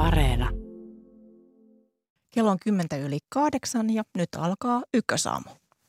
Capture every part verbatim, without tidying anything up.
Areena. Kello on kymmentä yli kahdeksan ja nyt alkaa Ykkösaamu.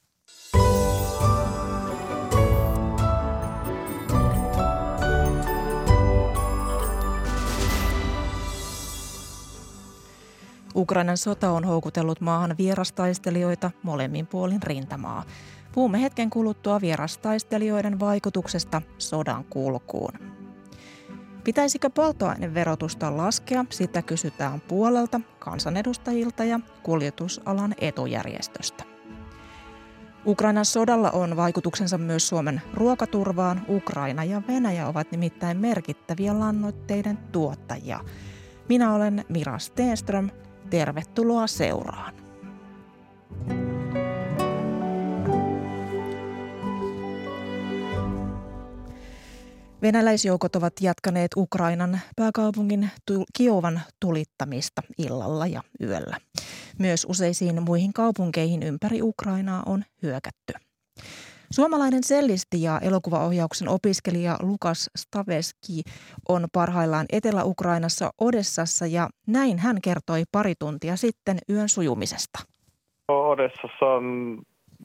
Ukrainan sota on houkutellut maahan vierastaistelijoita molemmin puolin rintamaa. Puhumme hetken kuluttua vierastaistelijoiden vaikutuksesta sodan kulkuun. Pitäisikö polttoaineverotusta laskea? Sitä kysytään puolelta, kansanedustajilta ja kuljetusalan etujärjestöstä. Ukrainan sodalla on vaikutuksensa myös Suomen ruokaturvaan. Ukraina ja Venäjä ovat nimittäin merkittäviä lannoitteiden tuottajia. Minä olen Mira Stenström. Tervetuloa seuraan. Venäläisjoukot ovat jatkaneet Ukrainan pääkaupungin Kiovan tulittamista illalla ja yöllä. Myös useisiin muihin kaupunkeihin ympäri Ukrainaa on hyökätty. Suomalainen sellisti ja elokuvaohjauksen opiskelija Lukas Staveski on parhaillaan Etelä-Ukrainassa Odessassa ja näin hän kertoi pari tuntia sitten yön sujumisesta. Odessassa on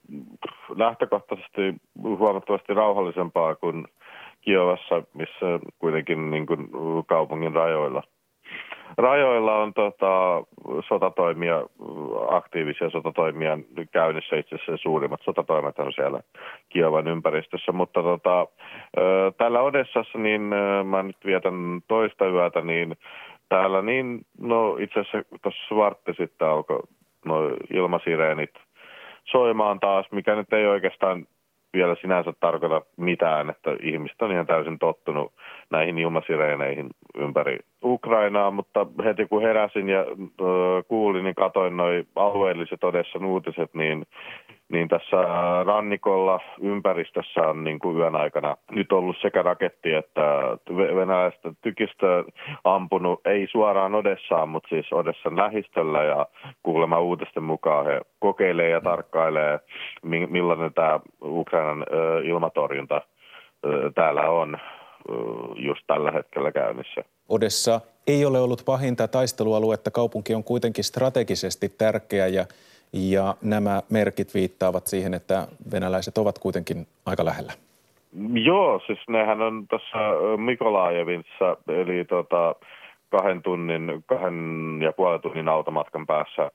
lähtökohtaisesti huomattavasti rauhallisempaa kuin Kiovassa, missä kuitenkin niin kuin kaupungin rajoilla. Rajoilla on tota, sotatoimia, aktiivisia sotatoimia käynnissä, itse asiassa suurimmat sotatoimet on siellä Kiovan ympäristössä, mutta tota, täällä Odessassa, niin mä nyt vietän toista yötä, niin täällä niin, no itse asiassa tuossa vartti sitten alkoi no ilmasireenit soimaan taas, mikä nyt ei oikeastaan vielä sinänsä tarkoita mitään, että ihmiset on ihan täysin tottunut näihin ilmasireeneihin ympäri Ukrainaa, mutta heti kun heräsin ja ö, kuulin, niin katsoin noi alueelliset Odessan uutiset, niin, niin tässä rannikolla ympäristössä on niin kuin yön aikana nyt ollut sekä raketti että venäläistä tykistö ampunut, ei suoraan Odessaan, mutta siis Odessan lähistöllä, ja kuulemma uutisten mukaan he kokeilee ja tarkkailee, millainen tämä Ukrainan ö, ilmatorjunta ö, täällä on just tällä hetkellä käynnissä. Odessa ei ole ollut pahinta taistelualuetta. Kaupunki on kuitenkin strategisesti tärkeä ja, ja nämä merkit viittaavat siihen, että venäläiset ovat kuitenkin aika lähellä. Joo, siis nehän on tuossa Mykolaajevissa, eli tota, kahden tunnin, kahden ja puolen tunnin automatkan päässä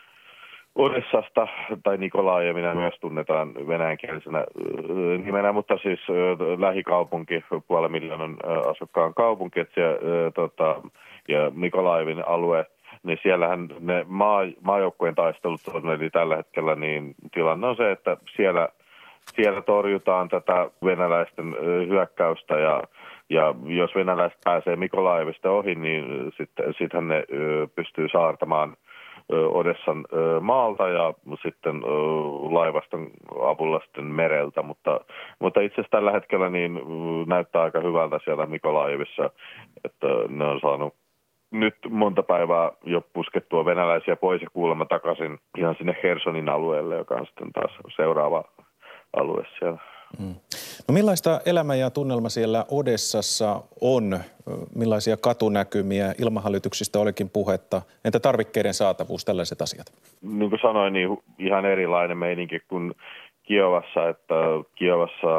Odessasta, tai Nikolaajevina myös tunnetaan venäjänkielisenä nimenä, mutta siis lähikaupunki, puolen miljoonan asukkaan kaupunki, et siellä, tota, ja Nikolaajevin alue, niin siellähän ne maa, maajoukkojen taistelut on, eli tällä hetkellä niin tilanne on se, että siellä, siellä torjutaan tätä venäläisten hyökkäystä, ja, ja jos venäläiset pääsee Mikolaajevista ohi, niin sitten sittenhän ne pystyy saartamaan Odessan maalta ja sitten laivaston avulla sitten mereltä, mutta, mutta itse asiassa tällä hetkellä niin näyttää aika hyvältä siellä Mikolaajevissa, että ne on saanut nyt monta päivää jo puskettua venäläisiä pois ja kuulemma takaisin ihan sinne Hersonin alueelle, joka on sitten taas seuraava alue siellä. Mm. No millaista elämä ja tunnelma siellä Odessassa on? Millaisia katunäkymiä, ilmahälytyksistä olikin puhetta? Entä tarvikkeiden saatavuus, tällaiset asiat? Niin kuin sanoin, niin ihan erilainen meininki kuin Kiovassa, että Kiovassa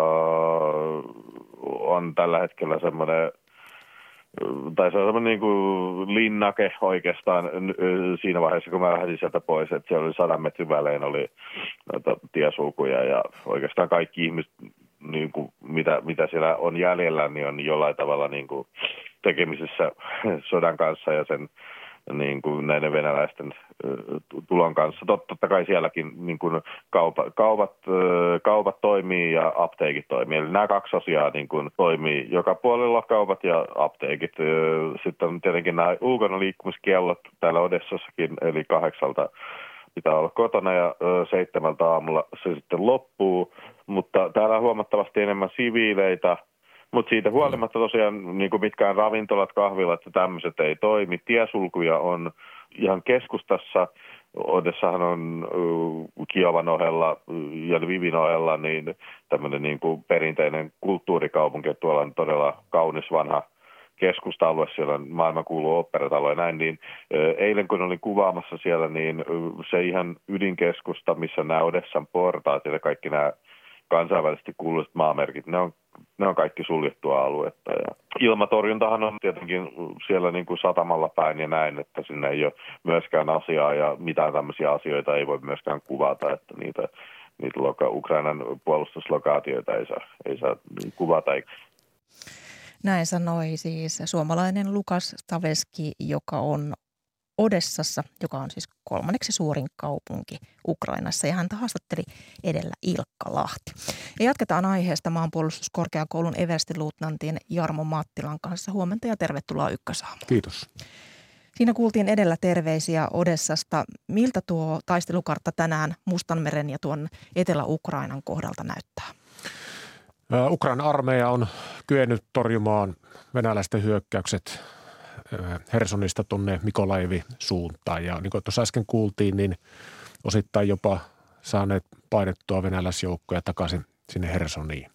on tällä hetkellä semmoinen, tai se on semmoinen niin kuin linnake oikeastaan siinä vaiheessa, kun mä lähdin sieltä pois, että siellä oli sadan metrin välein oli noita tiesulkuja ja oikeastaan kaikki ihmiset, niin kuin mitä, mitä siellä on jäljellä, niin on jollain tavalla niin kuin tekemisissä sodan kanssa ja sen niin kuin näiden venäläisten tulon kanssa. Totta kai sielläkin niin kuin kaupat, kaupat, kaupat toimii ja apteekit toimii. Eli nämä kaksi asiaa niin kuin toimii joka puolella, kaupat ja apteekit. Sitten on tietenkin nämä ulkona liikkumiskiellot täällä Odessassakin, eli kahdeksalta pitää olla kotona ja seitsemältä aamulla se sitten loppuu. Mutta täällä on huomattavasti enemmän siviileitä. Mutta siitä huolimatta tosiaan niin kuin mitkään ravintolat, kahvilat ja tämmöiset ei toimi. Tiesulkuja on ihan keskustassa. Odessahan on uh, Kiovan ohella ja Lvivin ohella niin tämmöinen niin kuin perinteinen kulttuurikaupunki. Tuolla on todella kaunis vanha keskusta-alue, siellä on maailman kuuluu oopperatalo ja näin, niin eilen kun olin kuvaamassa siellä, niin se ihan ydinkeskusta, missä nämä Odessan portaat ja kaikki nämä kansainvälisesti kuuluiset maamerkit, ne on, ne on kaikki suljettua aluetta. Ja ilmatorjuntahan on tietenkin siellä niin kuin satamalla päin ja näin, että sinne ei ole myöskään asiaa ja mitään tämmöisiä asioita ei voi myöskään kuvata, että niitä, niitä loka- Ukrainan puolustuslokaatioita ei saa, ei saa kuvata. Näin sanoi siis suomalainen Lukas Staveski, joka on Odessassa, joka on siis kolmanneksi suurin kaupunki Ukrainassa, ja häntä haastatteli edellä Ilkka Lahti. Ja jatketaan aiheesta maanpuolustuskorkeakoulun everstiluutnantin Jarmo Mattilan kanssa. Huomenta ja tervetuloa Ykkösaamuun. Kiitos. Siinä kuultiin edellä terveisiä Odessasta. Miltä tuo taistelukartta tänään Mustanmeren ja tuon Etelä-Ukrainan kohdalta näyttää? Ukrainan armeija on kyennyt torjumaan venäläisten hyökkäykset Hersonista tuonne Mykolaivi suuntaan. Ja niin kuin tuossa äsken kuultiin, niin osittain jopa saaneet painettua venäläisjoukkoja takaisin sinne Hersoniin.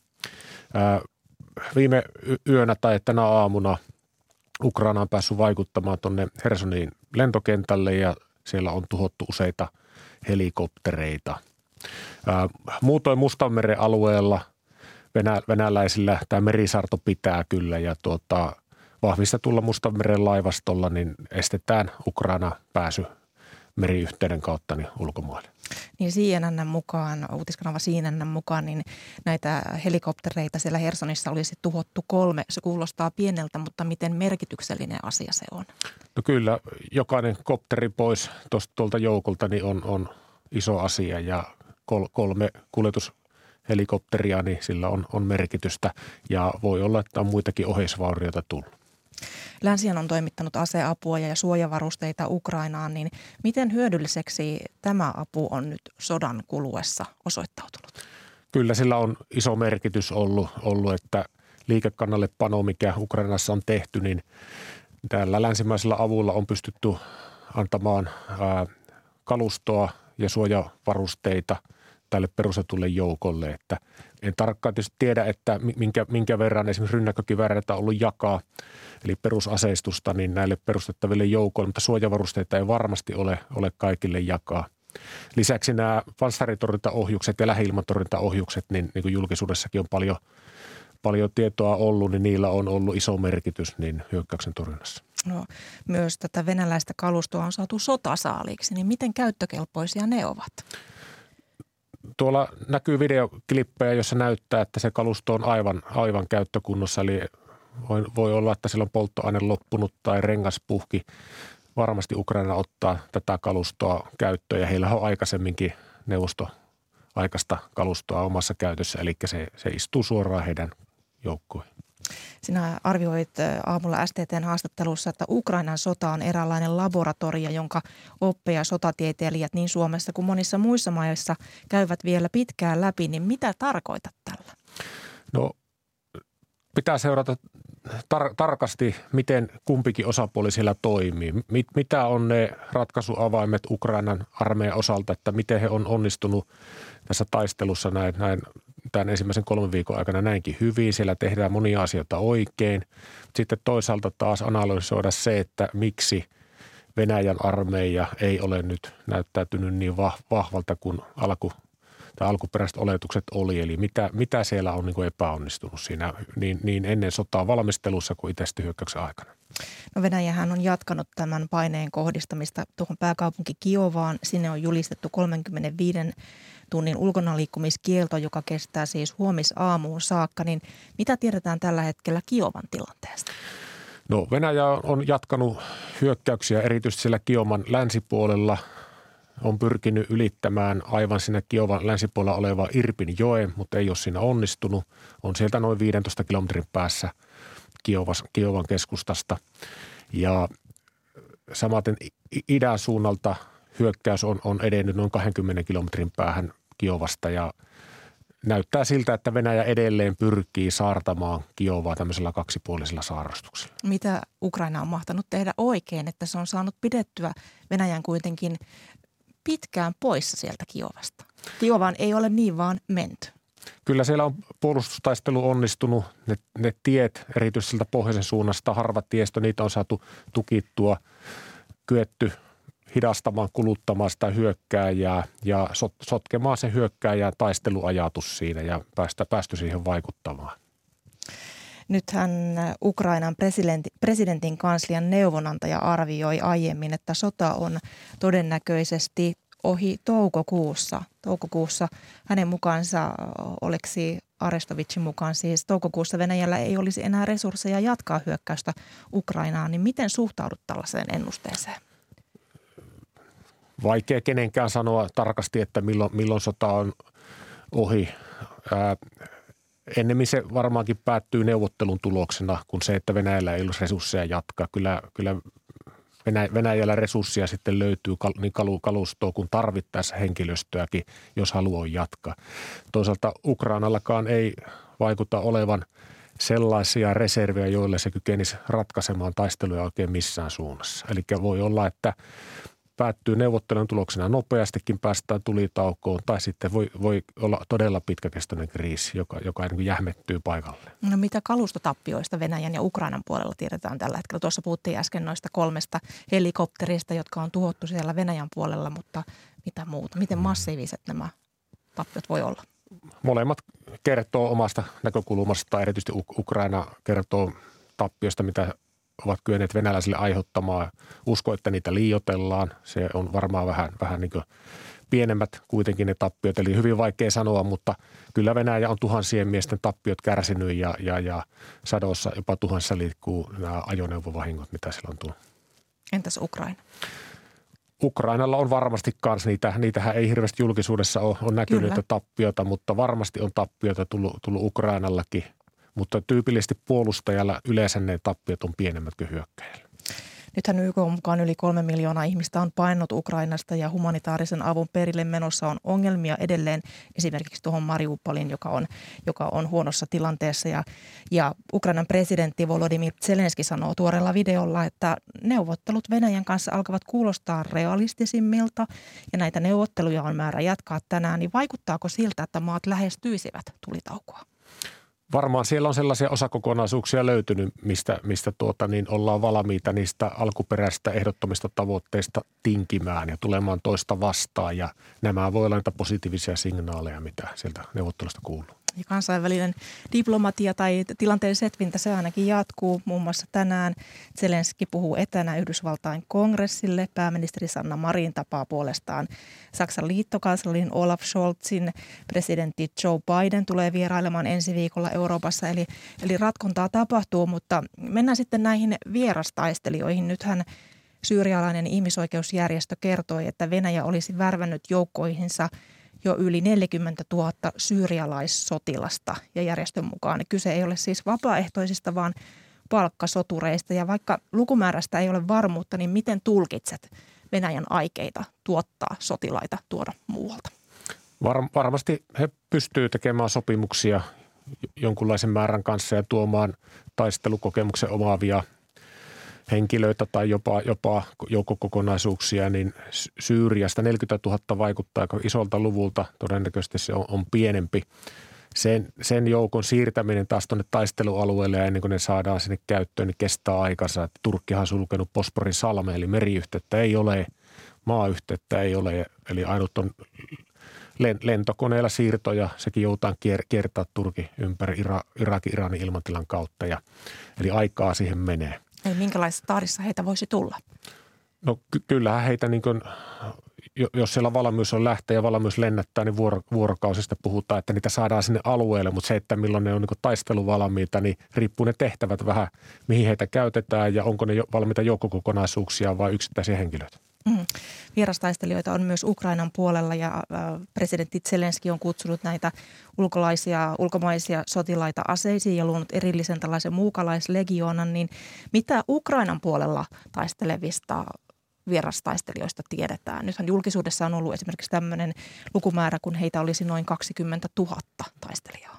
Viime yönä tai tänä aamuna Ukraina on päässyt vaikuttamaan tuonne Hersoniin lentokentälle ja siellä on tuhottu useita helikoptereita. Muutoin Mustanmeren alueella venä, venäläisillä tämä merisaarto pitää kyllä ja tuota, vahvistetulla Mustanmeren laivastolla niin estetään Ukraina pääsy meriyhteyden kautta niin ulkomaille. Niin C N N mukaan, uutiskanava C N N mukaan, niin näitä helikoptereita siellä Hersonissa olisi tuhottu kolme. Se kuulostaa pieneltä, mutta miten merkityksellinen asia se on? No kyllä, jokainen kopteri pois tuosta tuolta joukolta niin on, on iso asia ja kol, kolme kuljetushelikopteria, niin sillä on, on merkitystä ja voi olla, että on muitakin oheisvaurioita tullut. Länsihän on toimittanut aseapua ja suojavarusteita Ukrainaan, niin miten hyödylliseksi tämä apu on nyt sodan kuluessa osoittautunut? Kyllä sillä on iso merkitys ollut, ollut että liikekannallepano, mikä Ukrainassa on tehty, niin tällä länsimaisella avulla on pystytty antamaan ää, kalustoa ja suojavarusteita tälle perustetulle joukolle, että en tarkkaan tietysti tiedä, että minkä, minkä verran esimerkiksi rynnäkkökivääreitä on ollut jakaa, eli perusaseistusta niin näille perustettaville joukoille, mutta suojavarusteita ei varmasti ole, ole kaikille jakaa. Lisäksi nämä panssaritorjuntaohjukset ja lähi-ilmatorjuntaohjukset, niin, niin kuin julkisuudessakin on paljon, paljon tietoa ollut, niin niillä on ollut iso merkitys niin hyökkäyksen torjunnassa. No, myös tätä venäläistä kalustoa on saatu sotasaaliiksi, niin miten käyttökelpoisia ne ovat? Tuolla näkyy videoklippejä, jossa näyttää, että se kalusto on aivan, aivan käyttökunnossa. Eli voi, voi olla, että sillä on polttoaine loppunut tai rengas puhki. Varmasti Ukraina ottaa tätä kalustoa käyttöön ja heillä on aikaisemminkin neuvostoaikaista kalustoa omassa käytössä. Eli se, se istuu suoraan heidän joukkoihin. Sinä arvioit aamulla S T T:n haastattelussa, että Ukrainan sota on eräänlainen laboratorio, jonka oppeja sotatieteilijät niin Suomessa kuin monissa muissa maissa käyvät vielä pitkään läpi. Niin mitä tarkoitat tällä? No pitää seurata tar- tarkasti, miten kumpikin osapuoli siellä toimii. Mit- mitä on ne ratkaisuavaimet Ukrainan armeijan osalta, että miten he on onnistunut tässä taistelussa näin, näin tämän ensimmäisen kolmen viikon aikana näinkin hyvin. Siellä tehdään monia asioita oikein. Sitten toisaalta taas analysoida se, että miksi Venäjän armeija ei ole nyt näyttäytynyt niin vahvalta kuin alku, tai alkuperäiset oletukset oli. Eli mitä, mitä siellä on niin kuin epäonnistunut siinä niin, niin ennen sotaa valmistelussa kuin itse hyökkäyksen aikana. No Venäjähän on jatkanut tämän paineen kohdistamista tuohon pääkaupunki Kiovaan. Sinne on julistettu kolmekymmentäviisi tunnin ulkonaliikkumiskielto, joka kestää siis huomisaamuun saakka. Niin mitä tiedetään tällä hetkellä Kiovan tilanteesta? No Venäjä on jatkanut hyökkäyksiä erityisesti siellä Kiovan länsipuolella. On pyrkinyt ylittämään aivan siinä Kiovan länsipuolella oleva Irpinjoe, mutta ei ole siinä onnistunut. On sieltä noin viidentoista kilometrin päässä Kiovas, Kiovan keskustasta. Ja samaten idän suunnalta hyökkäys on, on edennyt noin kaksikymmentä kilometrin päähän Kiovasta ja näyttää siltä, että Venäjä edelleen pyrkii saartamaan Kiovaa tämmöisellä kaksipuolisella saarastuksella. Mitä Ukraina on mahtanut tehdä oikein, että se on saanut pidettyä Venäjän kuitenkin pitkään poissa sieltä Kiovasta? Kiovaan ei ole niin vaan menty. Kyllä siellä on puolustustaistelu onnistunut. Ne, ne tiet, erityisesti sieltä pohjoisen suunnasta, harva tiestö, niitä on saatu tukittua, kyetty hidastamaan, kuluttamaan sitä hyökkääjää ja sot, sotkemaan se hyökkääjää taisteluajatus siinä ja päästä, päästy siihen vaikuttamaan. Nythän Ukrainan presidentin, presidentin kanslian neuvonantaja arvioi aiemmin, että sota on todennäköisesti ohi toukokuussa. Toukokuussa hänen mukaansa, Oleksi Arestovicin mukaan siis toukokuussa Venäjällä ei olisi enää resursseja jatkaa hyökkäystä Ukrainaan. Niin miten suhtaudut tällaiseen ennusteeseen? Vaikea kenenkään sanoa tarkasti, että milloin, milloin sota on ohi. Ää, ennemmin se varmaankin päättyy neuvottelun tuloksena kuin se, että Venäjällä ei ole resursseja jatkaa. Kyllä, kyllä Venäjällä resursseja sitten löytyy niin kalustoa kuin tarvittaessa henkilöstöäkin, jos haluaa jatkaa. Toisaalta Ukrainallakaan ei vaikuta olevan sellaisia reservejä, joille se kykenisi ratkaisemaan taisteluja oikein missään suunnassa. Eli voi olla, että päättyy neuvottelun tuloksena nopeastikin, päästään tulitaukoon tai sitten voi, voi olla todella pitkäkestoinen kriisi, joka, joka niin kuin jähmettyy paikalle. No mitä kalustotappioista Venäjän ja Ukrainan puolella tiedetään tällä hetkellä? Tuossa puhuttiin äsken noista kolmesta helikopterista, jotka on tuhottu siellä Venäjän puolella, mutta mitä muuta? Miten massiiviset nämä tappiot voi olla? Molemmat kertoo omasta näkökulmasta, erityisesti Ukraina kertoo tappioista, mitä ovat kyenneet venäläisille aiheuttamaan. Usko, että niitä liioitellaan. Se on varmaan vähän, vähän niin kuin pienemmät kuitenkin ne tappiot. Eli hyvin vaikea sanoa, mutta kyllä Venäjä on tuhansien miesten tappiot kärsinyt ja, ja, ja sadossa jopa tuhansissa liikkuu nämä ajoneuvovahingot, mitä siellä on tullut. Entäs Ukraina? Ukrainalla on varmasti kanssa niitä, niitähän ei hirveästi julkisuudessa ole, on näkynyt Kyllä. tappiota, mutta varmasti on tappiota tullut, tullut Ukrainallakin. Mutta tyypillisesti puolustajalla yleensä ne tappiot on pienemmät kuin hyökkäjällä. Nythän Y K:n mukaan yli kolme miljoonaa ihmistä on paennut Ukrainasta ja humanitaarisen avun perille menossa on ongelmia edelleen esimerkiksi tuohon Mariupoliin, joka on, joka on huonossa tilanteessa. Ja, ja Ukrainan presidentti Volodymyr Zelenski sanoo tuoreella videolla, että neuvottelut Venäjän kanssa alkavat kuulostaa realistisimmilta ja näitä neuvotteluja on määrä jatkaa tänään. Niin vaikuttaako siltä, että maat lähestyisivät tulitaukoa? Varmaan siellä on sellaisia osakokonaisuuksia löytynyt, mistä, mistä tuota, niin ollaan valmiita niistä alkuperäisistä ehdottomista tavoitteista tinkimään ja tulemaan toista vastaan. Ja nämä voi olla niitä positiivisia signaaleja, mitä sieltä neuvottelusta kuuluu. Ja kansainvälinen diplomatia tai tilanteen setvintä, se ainakin jatkuu. Muun muassa tänään Zelenski puhuu etänä Yhdysvaltain kongressille. Pääministeri Sanna Marin tapaa puolestaan Saksan liittokanslerin Olaf Scholzin. Presidentti Joe Biden tulee vierailemaan ensi viikolla Euroopassa. Eli, eli ratkontaa tapahtuu, mutta mennään sitten näihin vierastaistelijoihin. Nythän syyrialainen ihmisoikeusjärjestö kertoi, että Venäjä olisi värvännyt joukkoihinsa jo yli neljäkymmentätuhatta syyrialaissotilasta ja järjestön mukaan kyse ei ole siis vapaaehtoisista, vaan palkkasotureista. Ja vaikka lukumäärästä ei ole varmuutta, niin miten tulkitset Venäjän aikeita tuottaa sotilaita tuoda muualta? Var, varmasti he pystyvät tekemään sopimuksia jonkunlaisen määrän kanssa ja tuomaan taistelukokemuksen omaavia henkilöitä tai jopa, jopa joukkokokonaisuuksia, niin Syyriasta neljäkymmentätuhatta vaikuttaa aika isolta luvulta. Todennäköisesti se on, on pienempi. Sen, sen joukon siirtäminen taas tuonne taistelualueelle ja ennen kuin ne saadaan sinne käyttöön, niin kestää aikansa. Turkkihan on sulkenut Bosporin salme, eli meriyhteyttä ei ole, maayhteyttä ei ole, eli ainut on lentokoneella siirtoja. Sekin joutaan kier, kiertää Turkin ympäri Ira, Irakin, Iranin ilmatilan kautta, ja, eli aikaa siihen menee. Eli minkälaisessa tahdissa heitä voisi tulla? No ky- kyllähän heitä, niin kuin, jos siellä valmius on lähteä ja valmius lennättää, niin vuoro- vuorokausista puhutaan, että niitä saadaan sinne alueelle. Mutta se, että milloin ne on niin taisteluvalmiita, niin riippuu ne tehtävät vähän, mihin heitä käytetään ja onko ne jo valmiita joukkokokonaisuuksia vai yksittäisiä henkilöitä. Mm. Vierastaistelijoita on myös Ukrainan puolella ja äh, presidentti Zelenski on kutsunut näitä ulkolaisia, ulkomaisia sotilaita aseisiin ja luonut erillisen tällaisen muukalaislegioonan. Niin mitä Ukrainan puolella taistelevista vierastaistelijoista tiedetään? Nythän julkisuudessa on ollut esimerkiksi tämmöinen lukumäärä, kun heitä olisi noin kaksikymmentätuhatta taistelijaa.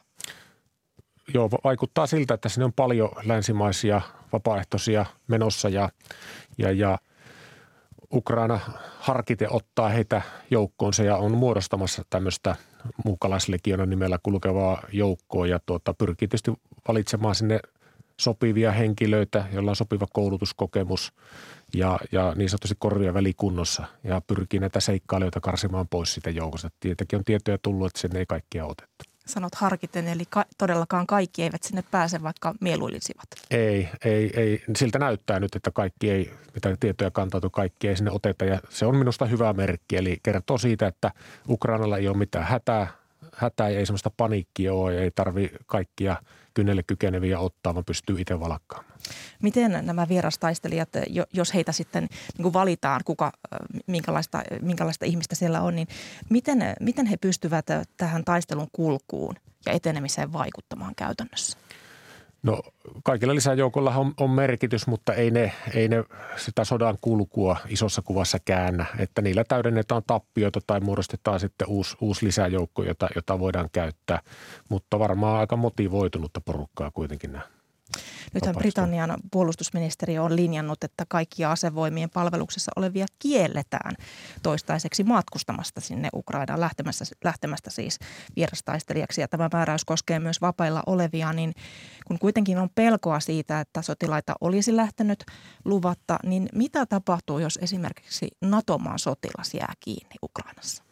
Joo, vaikuttaa siltä, että siinä on paljon länsimaisia vapaaehtoisia menossa ja, ja, ja Ukraina harkiten ottaa heitä joukkoonsa ja on muodostamassa tämmöistä muukalaislegionan nimellä kulkevaa joukkoa ja tuota, pyrkii tietysti valitsemaan sinne sopivia henkilöitä, joilla on sopiva koulutuskokemus ja, ja niin sanotusti korvia välikunnossa ja pyrkii näitä seikkailijoita karsimaan pois siitä joukosta. Tietenkin on tietoja tullut, että sen ei kaikkia otettu. Sanot harkiten, eli ka- todellakaan kaikki eivät sinne pääse, vaikka mieluilisivat. Ei, ei, ei. Siltä näyttää nyt, että kaikki ei, mitä tietoja kantautuu, kaikki ei sinne oteta ja se on minusta hyvä merkki. Eli kertoo siitä, että Ukrainalla ei ole mitään hätää, hätää ei semmoista paniikkia ole, ei tarvitse kaikkia kynnelle kykeneviä ottaa, vaan pystyy itse valakkaamaan. Miten nämä vierastaistelijat, jos heitä sitten niin kuin valitaan, kuka, minkälaista, minkälaista ihmistä siellä on, niin miten, miten he pystyvät tähän taistelun kulkuun ja etenemiseen vaikuttamaan käytännössä? No kaikilla lisäjoukoilla on, on merkitys, mutta ei ne, ei ne sitä sodan kulkua isossa kuvassa käännä. Että niillä täydennetään tappioita tai muodostetaan sitten uusi, uusi lisäjoukko, jota, jota voidaan käyttää. Mutta varmaan aika motivoitunutta porukkaa kuitenkin nämä. Nythän Britannian puolustusministeriö on linjannut, että kaikkia asevoimien palveluksessa olevia kielletään toistaiseksi matkustamasta sinne Ukrainaan lähtemästä, lähtemästä siis vierastaistelijaksi. Ja tämä määräys koskee myös vapailla olevia, niin kun kuitenkin on pelkoa siitä, että sotilaita olisi lähtenyt luvatta, niin mitä tapahtuu, jos esimerkiksi NATO-maan sotilas jää kiinni Ukrainassa?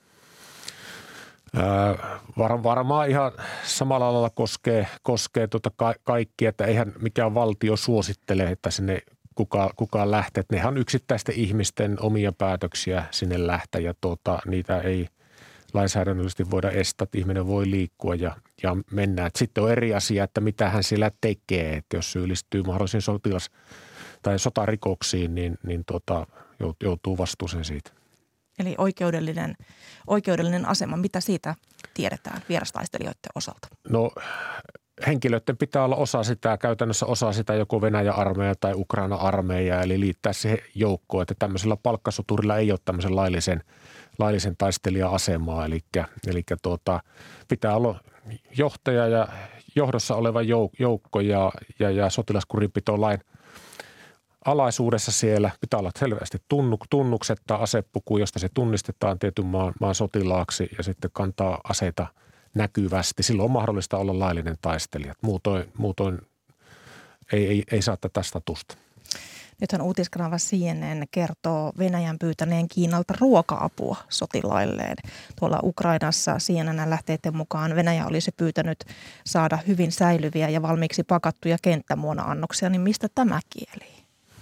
Var, varmaan ihan samalla lailla koskee, koskee tuota ka, kaikki, että eihän mikään valtio suosittele, että sinne kukaan, kukaan lähtee. Että nehän on yksittäisten ihmisten omia päätöksiä sinne lähteä ja tuota, niitä ei lainsäädännöllisesti voida estää, että ihminen voi liikkua ja, ja mennä. Et sitten on eri asia, että mitä hän siellä tekee, että jos syyllistyy mahdollisiin sotilas- tai sotarikoksiin, niin, niin tuota, joutuu vastuuseen siitä. Eli oikeudellinen, oikeudellinen asema, mitä siitä tiedetään vierastaistelijoiden osalta? No henkilöiden pitää olla osa sitä, käytännössä osa sitä joko Venäjän armeija tai Ukraina armeija, eli liittää siihen joukkoon, että tämmöisellä palkkasoturilla ei ole tämmöisen laillisen, laillisen taistelija-asemaa, eli, eli tuota, pitää olla johtaja ja johdossa oleva joukko ja, ja, ja sotilaskurinpitolain alaisuudessa siellä pitää olla selvästi tunnukset tai asepuku, josta se tunnistetaan tietyn maan, maan sotilaaksi ja sitten kantaa aseita näkyvästi. Silloin on mahdollista olla laillinen taistelija. Muutoin, muutoin ei, ei, ei saa tätä statusta. Nythän uutiskanava C N N kertoo Venäjän pyytäneen Kiinalta ruoka-apua sotilailleen. Tuolla Ukrainassa C N N-lähteiden mukaan Venäjä olisi pyytänyt saada hyvin säilyviä ja valmiiksi pakattuja kenttämuona-annoksia. Niin mistä tämä kieli?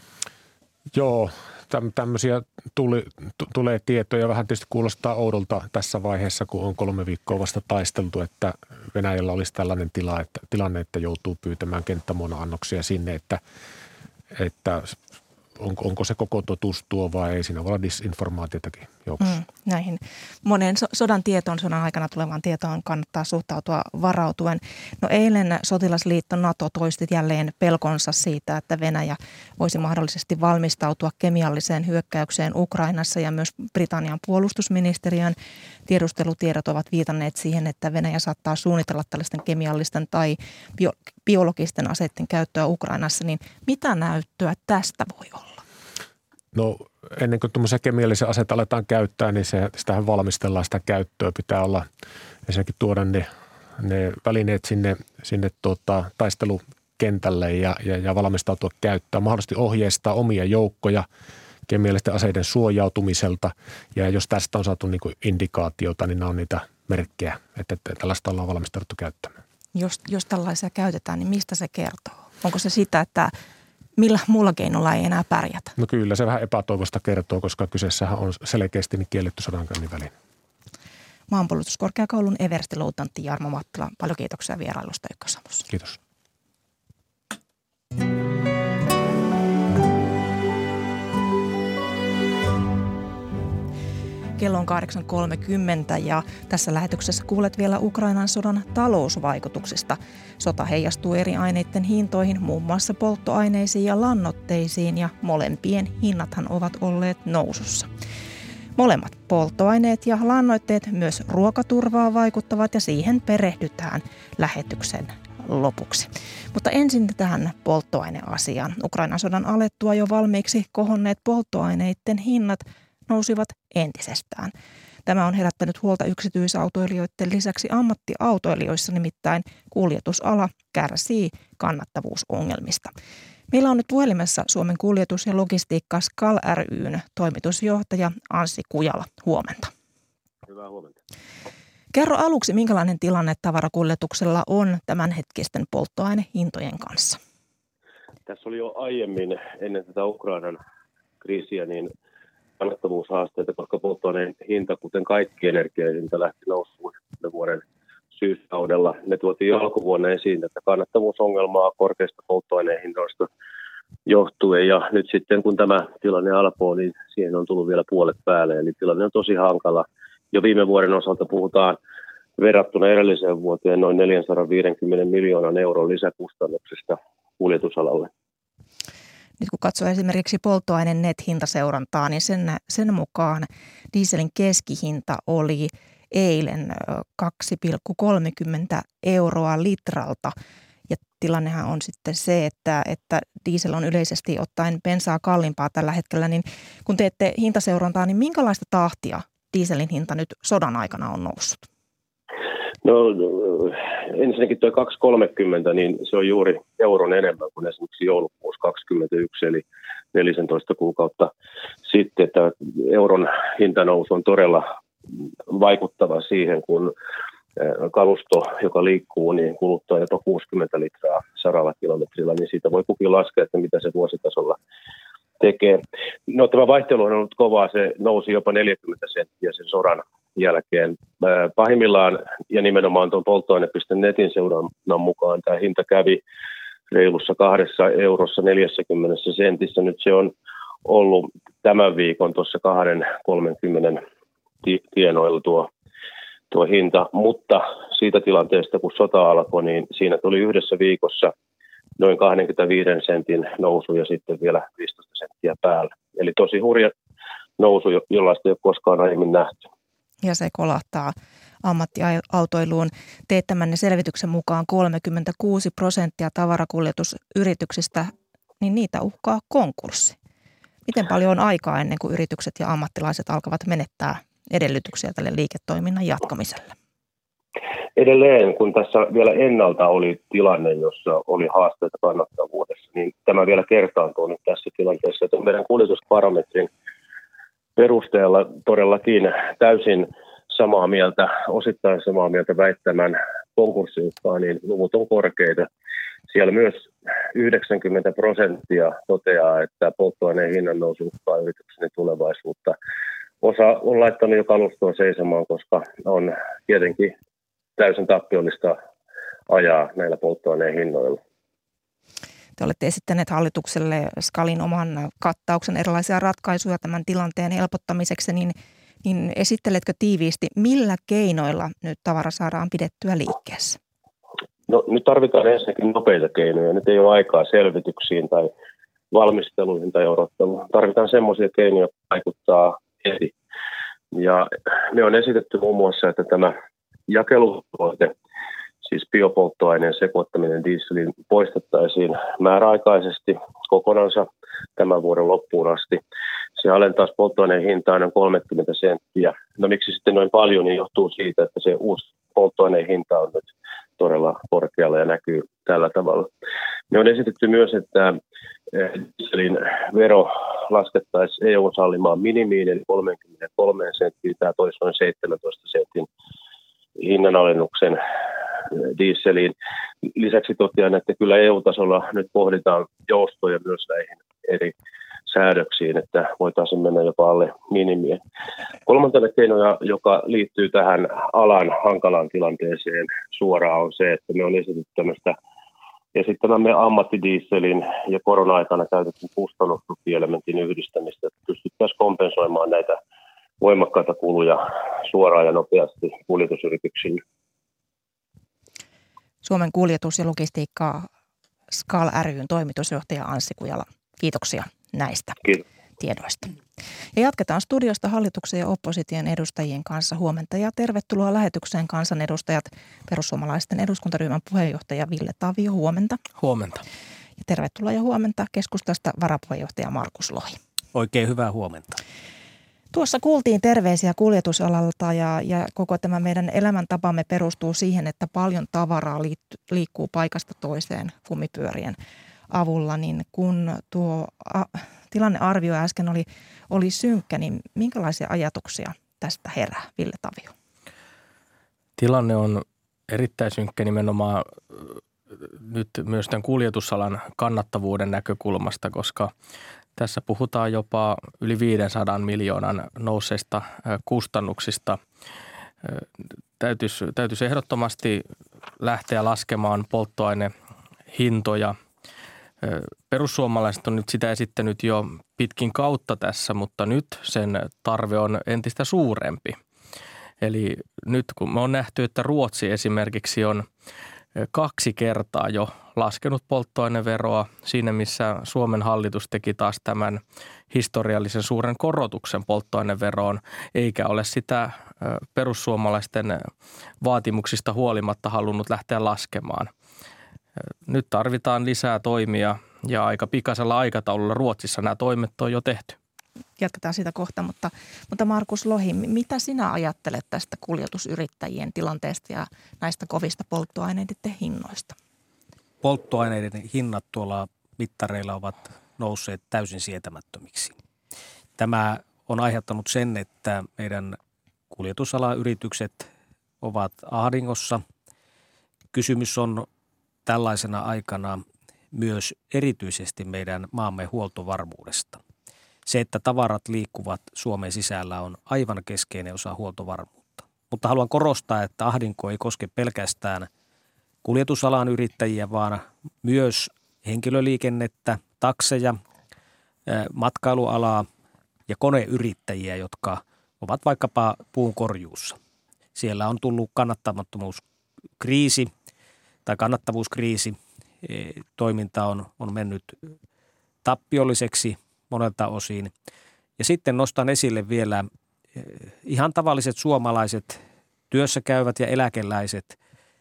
Joo, tämmöisiä tuli, t- tulee tietoja. Vähän tietysti kuulostaa oudolta tässä vaiheessa, kun on kolme viikkoa vasta taisteltu, että Venäjällä olisi tällainen tila, että, tilanne, että joutuu pyytämään kenttämuona-annoksia sinne, että, että onko, onko se koko totuus tuo vai ei. Siinä voi olla disinformaatiotakin joukossa. Mm, näihin monen so- sodan tietoon, sodan aikana tulevaan tietoon kannattaa suhtautua varautuen. No eilen sotilasliitto NATO toisti jälleen pelkonsa siitä, että Venäjä voisi mahdollisesti valmistautua kemialliseen hyökkäykseen Ukrainassa ja myös Britannian puolustusministeriön tiedustelutiedot ovat viitanneet siihen, että Venäjä saattaa suunnitella tällaisten kemiallisten tai bio- biologisten aseiden käyttöä Ukrainassa, niin mitä näyttöä tästä voi olla? No ennen kuin tuommoisia kemiallisia aseita aletaan käyttää, niin se, sitähän valmistellaan sitä käyttöä. Pitää olla ensinnäkin tuoda ne, ne välineet sinne, sinne tuota, taistelukentälle ja, ja, ja valmistautua käyttöön. Mahdollisesti ohjeistaa omia joukkoja kemiallisten aseiden suojautumiselta. Ja jos tästä on saatu niin kuin indikaatiota, niin nämä on niitä merkkejä, että tällaista ollaan valmistauduttu käyttämään. Jos, jos tällaisia käytetään, niin mistä se kertoo? Onko se sitä, että millä muulla keinolla ei enää pärjätä? No kyllä, se vähän epätoivosta kertoo, koska kyseessähän on selkeästi niin kielletty sodankäynnin väline. Maanpuolustuskorkeakoulun everstiluutantti Jarmo Mattila, paljon kiitoksia vierailusta Ykkösaamussa. Kiitos. Kello on kahdeksan kolmekymmentä ja tässä lähetyksessä kuulet vielä Ukrainan sodan talousvaikutuksista. Sota heijastuu eri aineiden hintoihin, muun muassa polttoaineisiin ja lannoitteisiin, ja molempien hinnathan ovat olleet nousussa. Molemmat polttoaineet ja lannoitteet myös ruokaturvaa vaikuttavat, ja siihen perehdytään lähetyksen lopuksi. Mutta ensin tähän polttoaineasiaan. Ukrainan sodan alettua jo valmiiksi kohonneet polttoaineiden hinnat nousivat entisestään. Tämä on herättänyt huolta yksityisautoilijoiden lisäksi ammattiautoilijoissa, nimittäin kuljetusala kärsii kannattavuusongelmista. Meillä on nyt puhelimessa Suomen kuljetus- ja logistiikka S K A L ry:n toimitusjohtaja Anssi Kujala. Huomenta. Hyvää huomenta. Kerro aluksi, minkälainen tilanne tavarakuljetuksella on tämänhetkisten polttoainehintojen kanssa? Tässä oli jo aiemmin ennen tätä Ukrainan kriisiä niin kannattavuushaasteita, koska polttoaineen hinta, kuten kaikki energiahinta, lähti nousuun vuoden syyskaudella. Ne tuotiin jo alkuvuonna esiin, että kannattavuusongelmaa korkeista polttoaineen hinnoista johtuen. Ja nyt sitten, kun tämä tilanne alkoi, niin siihen on tullut vielä puolet päälle. Eli tilanne on tosi hankala. Jo viime vuoden osalta puhutaan verrattuna edelliseen vuoteen noin neljäsataaviisikymmentä miljoonan euron lisäkustannuksista kuljetusalalle. Nyt kun katsoo esimerkiksi polttoaineen net-hintaseurantaa, niin sen, sen mukaan dieselin keskihinta oli eilen kaksi pilkku kolmekymmentä euroa litralta. Ja tilannehan on sitten se, että, että diesel on yleisesti ottaen bensaa kalliimpaa tällä hetkellä. Niin kun teette hintaseurantaa, niin minkälaista tahtia dieselin hinta nyt sodan aikana on noussut? No ensinnäkin tuo kaksi pilkku kolmekymmentä, niin se on juuri euron enemmän kuin esimerkiksi joulukuussa kaksikymmentäyksi, eli neljätoista kuukautta sitten. Että euron hintanousu on todella vaikuttava siihen, kun kalusto, joka liikkuu, niin kuluttaa jopa kuusikymmentä litraa sadalla kilometrillä, niin siitä voi kukin laskea, että mitä se vuositasolla tekee. No tämä vaihtelu on ollut kovaa, se nousi jopa neljäkymmentä senttiä sen sodan jälkeen. Pahimmillaan ja nimenomaan tuon polttoaine piste netin seurannan mukaan tämä hinta kävi reilussa kahdessa eurossa neljäkymmentä sentissä. Nyt se on ollut tämän viikon tuossa kahden kolmenkymmenen tienoilla tuo, tuo hinta, mutta siitä tilanteesta kun sota alkoi, niin siinä tuli yhdessä viikossa noin kaksikymmentäviisi sentin nousu ja sitten vielä viisitoista senttiä päällä. Eli tosi hurja nousu, jollaista ei ole koskaan aiemmin nähty. Ja se kolahtaa ammattiautoiluun. Teettämänne selvityksen mukaan kolmekymmentäkuusi prosenttia tavarakuljetusyrityksistä, niin niitä uhkaa konkurssi. Miten paljon on aikaa ennen kuin yritykset ja ammattilaiset alkavat menettää edellytyksiä tälle liiketoiminnan jatkamiselle? Edelleen, kun tässä vielä ennalta oli tilanne, jossa oli haasteita kannattavuudessa, niin tämä vielä kertaantuu nyt tässä tilanteessa, että meidän kuljetusbarometrin perusteella todellakin täysin samaa mieltä, osittain samaa mieltä väittämän konkurssiuhkaa, niin luvut on korkeita. Siellä myös yhdeksänkymmentä prosenttia toteaa, että polttoaineen hinnan nousu uhkaa yritykseni tulevaisuutta. Osa on laittanut jo kalustoa seisomaan, koska on tietenkin täysin tappiollista ajaa näillä polttoaineen hinnoilla. Te olette esittäneet hallitukselle SKALin oman kattauksen erilaisia ratkaisuja tämän tilanteen helpottamiseksi, niin, niin esitteletkö tiiviisti, millä keinoilla nyt tavara saadaan pidettyä liikkeessä? No nyt tarvitaan ensinnäkin nopeita keinoja. Nyt ei ole aikaa selvityksiin tai valmisteluihin tai odotteluun. Tarvitaan semmoisia keinoja, jotka vaikuttaa heti. Ja me on esitetty muun muassa, että tämä jakelutuote, siis biopolttoaineen sekoittaminen dieseliin, poistettaisiin määräaikaisesti kokonansa tämän vuoden loppuun asti. Se alentaisi polttoaineen hintaa noin kolmekymmentä senttiä. No miksi sitten noin paljon, niin johtuu siitä, että se uusi polttoaineen hinta on nyt todella korkealla ja näkyy tällä tavalla. Me on esitetty myös, että dieselin vero laskettaisiin E U-sallimaan minimiin, eli kolmekymmentäkolme senttiä. Tämä toisi noin seitsemäntoista sentin hinnanalennuksen dieseliin. Lisäksi totean, että kyllä E U-tasolla nyt pohditaan joustoja myös näihin eri säädöksiin, että voitaisiin mennä jopa alle minimiä. Kolmantena keinoja, joka liittyy tähän alan hankalaan tilanteeseen suoraan, on se, että me on esitetty tämmöistä esittämämme ammattidieselin ja korona-aikana käytetyn kustannustukielementin yhdistämistä, että pystyttäisiin kompensoimaan näitä voimakkaita kuluja suoraan ja nopeasti kuljetusyrityksille. Suomen kuljetus- ja logistiikka S K A L ry:n toimitusjohtaja Anssi Kujala. Kiitoksia näistä. Kiitos. tiedoista. Ja jatketaan studiosta hallituksen ja opposition edustajien kanssa. Huomenta ja tervetuloa lähetykseen kansanedustajat. Perussuomalaisten eduskuntaryhmän puheenjohtaja Ville Tavio, huomenta. Huomenta. Ja tervetuloa ja huomenta keskustasta varapuheenjohtaja Markus Lohi. Oikein hyvää huomenta. Tuossa kuultiin terveisiä kuljetusalalta ja, ja koko tämä meidän elämäntapamme perustuu siihen, että paljon tavaraa liitty, liikkuu paikasta toiseen kumipyörien avulla. Niin kun tuo a, tilannearvio äsken oli, oli synkkä, niin minkälaisia ajatuksia tästä herää, Ville Tavio? Tilanne on erittäin synkkä nimenomaan nyt myös tämän kuljetusalan kannattavuuden näkökulmasta, koska tässä puhutaan jopa yli viisisataa miljoonan nousseista kustannuksista. Täytyisi, täytyisi ehdottomasti lähteä laskemaan polttoainehintoja. Perussuomalaiset on nyt sitä esittänyt jo pitkin kautta tässä, mutta nyt sen tarve on entistä suurempi. Eli nyt kun me on nähty, että Ruotsi esimerkiksi on kaksi kertaa jo laskenut polttoaineveroa siinä, missä Suomen hallitus teki taas tämän historiallisen suuren korotuksen polttoaineveroon, eikä ole sitä perussuomalaisten vaatimuksista huolimatta halunnut lähteä laskemaan. Nyt tarvitaan lisää toimia ja aika pikaisella aikataululla Ruotsissa nämä toimet on jo tehty. Jatketaan siitä kohta, mutta, mutta Markus Lohi, mitä sinä ajattelet tästä kuljetusyrittäjien tilanteesta ja näistä kovista polttoaineiden hinnoista? Polttoaineiden hinnat tuolla mittareilla ovat nousseet täysin sietämättömiksi. Tämä on aiheuttanut sen, että meidän kuljetusalan yritykset ovat ahdingossa. Kysymys on tällaisena aikana myös erityisesti meidän maamme huoltovarmuudesta. Se, että tavarat liikkuvat Suomen sisällä, on aivan keskeinen osa huoltovarmuutta. Mutta haluan korostaa, että ahdinko ei koske pelkästään kuljetusalan yrittäjiä, vaan myös henkilöliikennettä, takseja, matkailualaa ja koneyrittäjiä, jotka ovat vaikkapa puun korjuussa. Siellä on tullut kannattamattomuuskriisi tai kannattavuuskriisi. Toiminta on, on mennyt tappiolliseksi monelta osin. Ja sitten nostan esille vielä ihan tavalliset suomalaiset työssäkäyvät ja eläkeläiset.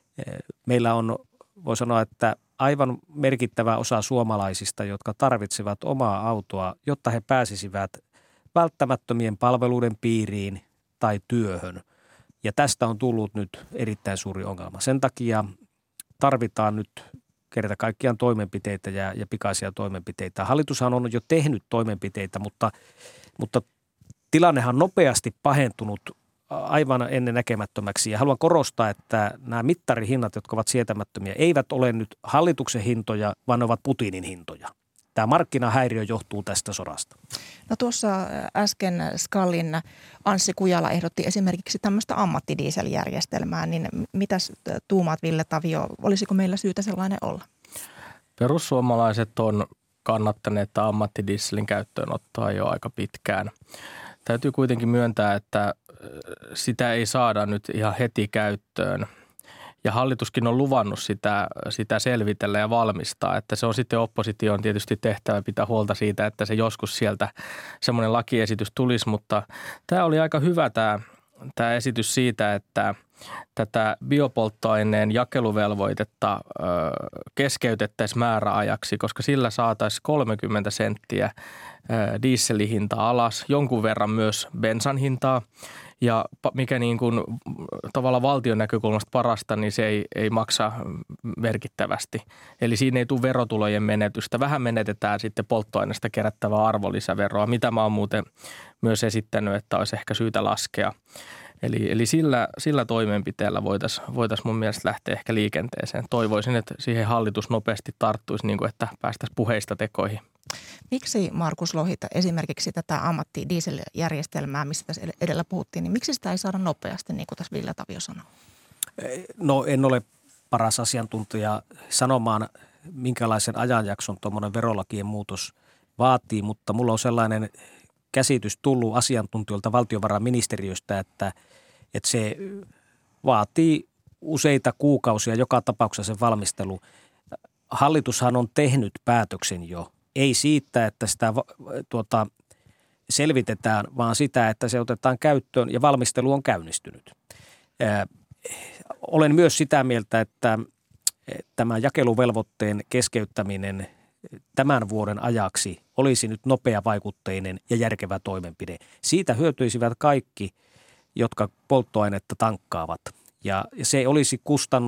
Meillä on, voi sanoa, että aivan merkittävä osa suomalaisista, jotka tarvitsevat omaa autoa, jotta he pääsisivät välttämättömien palveluiden piiriin tai työhön. Ja tästä on tullut nyt erittäin suuri ongelma. Sen takia tarvitaan nyt kerta kaikkiaan toimenpiteitä ja, ja pikaisia toimenpiteitä. Hallitushan on jo tehnyt toimenpiteitä, mutta, mutta tilannehan on nopeasti pahentunut aivan ennen näkemättömäksi. Ja haluan korostaa, että nämä mittarihinnat, jotka ovat sietämättömiä, eivät ole nyt hallituksen hintoja, vaan ne ovat Putinin hintoja. Tämä markkinahäiriö johtuu tästä sodasta. No tuossa äsken Skallin Anssi Kujala ehdotti esimerkiksi tämmöistä ammattidieseljärjestelmää, niin mitäs tuumaat, Ville Tavio, olisiko meillä syytä sellainen olla? Perussuomalaiset on kannattaneet ammattidieselin käyttöönottoa jo aika pitkään. Täytyy kuitenkin myöntää, että sitä ei saada nyt ihan heti käyttöön. Ja hallituskin on luvannut sitä, sitä selvitellä ja valmistaa, että se on sitten opposition tietysti tehtävä pitää huolta siitä, että se joskus sieltä semmoinen lakiesitys tulisi, mutta tämä oli aika hyvä tämä, tämä esitys siitä, että tätä biopolttoaineen jakeluvelvoitetta ö, keskeytettäisiin määräajaksi, koska sillä saataisiin kolmekymmentä senttiä ö, dieselihintaa alas, jonkun verran myös bensan hintaa. Ja mikä niin kuin tavallaan valtion näkökulmasta parasta, niin se ei, ei maksa merkittävästi. Eli siinä ei tule verotulojen menetystä. Vähän menetetään sitten polttoaineesta kerättävää arvonlisäveroa, mitä mä oon muuten myös esittänyt, että olisi ehkä syytä laskea. Eli, eli sillä, sillä toimenpiteellä voitaisiin voitais mun mielestä lähteä ehkä liikenteeseen. Toivoisin, että siihen hallitus nopeasti tarttuisi, niin kuin että päästäisiin puheista tekoihin. Miksi, Markus Lohi, esimerkiksi tätä ammattidieseljärjestelmää, mistä tässä edellä puhuttiin, niin miksi sitä ei saada nopeasti, niin kuin tässä Ville Tavio sanoi? No en ole paras asiantuntija sanomaan, minkälaisen ajanjakson tuommoinen verolakien muutos vaatii, mutta mulla on sellainen käsitys tullut asiantuntijoilta valtiovarainministeriöstä, että, että se vaatii useita kuukausia joka tapauksessa sen valmistelu. Hallitushan on tehnyt päätöksen jo. Ei siitä, että sitä tuota, selvitetään, vaan sitä, että se otetaan käyttöön ja valmistelu on käynnistynyt. Ää, olen myös sitä mieltä, että tämä jakeluvelvoitteen keskeyttäminen tämän vuoden ajaksi olisi nyt nopeavaikutteinen ja järkevä toimenpide. Siitä hyötyisivät kaikki, jotka polttoainetta tankkaavat. Ja se olisi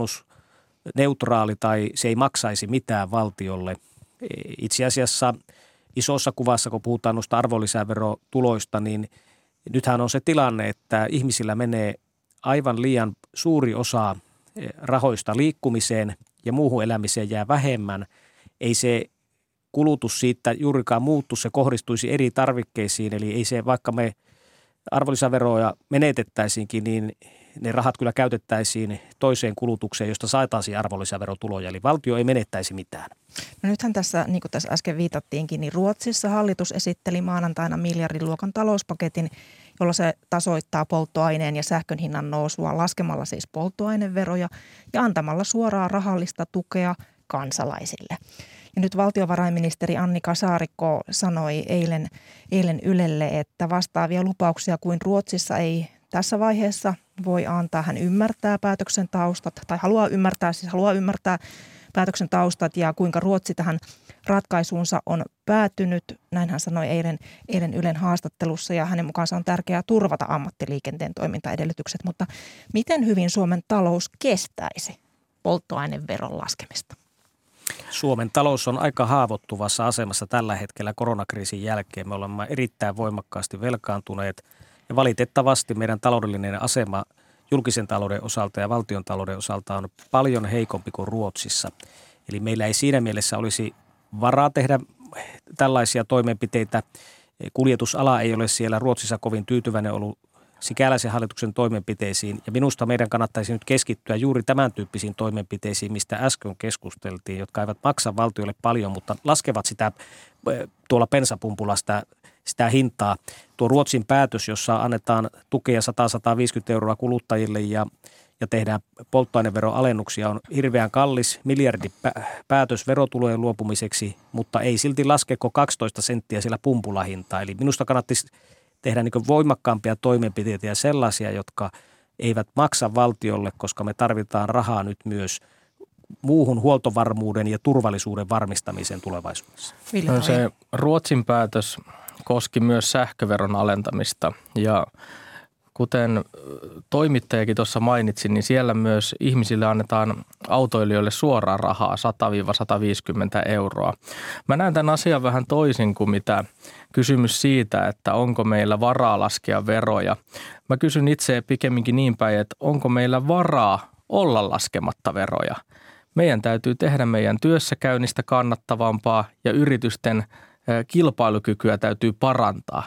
kustannusneutraali tai se ei maksaisi mitään valtiolle. Itse asiassa isossa kuvassa, kun puhutaan noista arvonlisäverotuloista, niin nythän on se tilanne, että ihmisillä menee aivan liian suuri osa rahoista liikkumiseen ja muuhun elämiseen jää vähemmän. Ei se kulutus siitä juurikaan muuttu, se kohdistuisi eri tarvikkeisiin, eli ei se, vaikka me arvonlisäveroja menetettäisiinkin, niin ne rahat kyllä käytettäisiin toiseen kulutukseen, josta saataisiin arvonlisäverotuloja, eli valtio ei menettäisi mitään. No nythän tässä, niin kuin tässä äsken viitattiinkin, niin Ruotsissa hallitus esitteli maanantaina miljardiluokan talouspaketin, jolla se tasoittaa polttoaineen ja sähkön hinnan nousua laskemalla siis polttoaineveroja ja antamalla suoraa rahallista tukea kansalaisille. Ja nyt valtiovarainministeri Annika Saarikko sanoi eilen, eilen Ylelle, että vastaavia lupauksia kuin Ruotsissa ei tässä vaiheessa voi antaa. Hän ymmärtää päätöksen taustat tai haluaa ymmärtää, siis haluaa ymmärtää päätöksen taustat ja kuinka Ruotsi tähän ratkaisuunsa on päätynyt. Näin hän sanoi eilen, eilen Ylen haastattelussa ja hänen mukaansa on tärkeää turvata ammattiliikenteen toimintaedellytykset. Mutta miten hyvin Suomen talous kestäisi polttoaineveron laskemista? Suomen talous on aika haavoittuvassa asemassa tällä hetkellä koronakriisin jälkeen. Me olemme erittäin voimakkaasti velkaantuneet ja valitettavasti meidän taloudellinen asema julkisen talouden osalta ja valtion talouden osalta on paljon heikompi kuin Ruotsissa. Eli meillä ei siinä mielessä olisi varaa tehdä tällaisia toimenpiteitä. Kuljetusala ei ole siellä Ruotsissa kovin tyytyväinen ollut sikäläisen hallituksen toimenpiteisiin. Ja minusta meidän kannattaisi nyt keskittyä juuri tämän tyyppisiin toimenpiteisiin, mistä äsken keskusteltiin, jotka eivät maksa valtiolle paljon, mutta laskevat sitä tuolla bensapumpulla sitä, sitä hintaa. Tuo Ruotsin päätös, jossa annetaan tukea sata viisikymmentä euroa kuluttajille ja, ja tehdään polttoaineveron alennuksia, on hirveän kallis miljardipäätös verotulojen luopumiseksi, mutta ei silti laskeko kaksitoista senttiä siellä pumpulla hintaa. Eli minusta kannattaisi tehdä niin kuin voimakkaampia toimenpiteitä ja sellaisia, jotka eivät maksa valtiolle, koska me tarvitaan rahaa nyt myös muuhun huoltovarmuuden ja turvallisuuden varmistamiseen tulevaisuudessa. No se Ruotsin päätös koski myös sähköveron alentamista ja kuten toimittajakin tuossa mainitsi, niin siellä myös ihmisille annetaan autoilijoille suoraa rahaa sata sata viisikymmentä euroa. Mä näen tämän asian vähän toisin kuin mitä kysymys siitä, että onko meillä varaa laskea veroja. Mä kysyn itse pikemminkin niin päin, että onko meillä varaa olla laskematta veroja. Meidän täytyy tehdä meidän työssäkäynnistä kannattavampaa ja yritysten kilpailukykyä täytyy parantaa.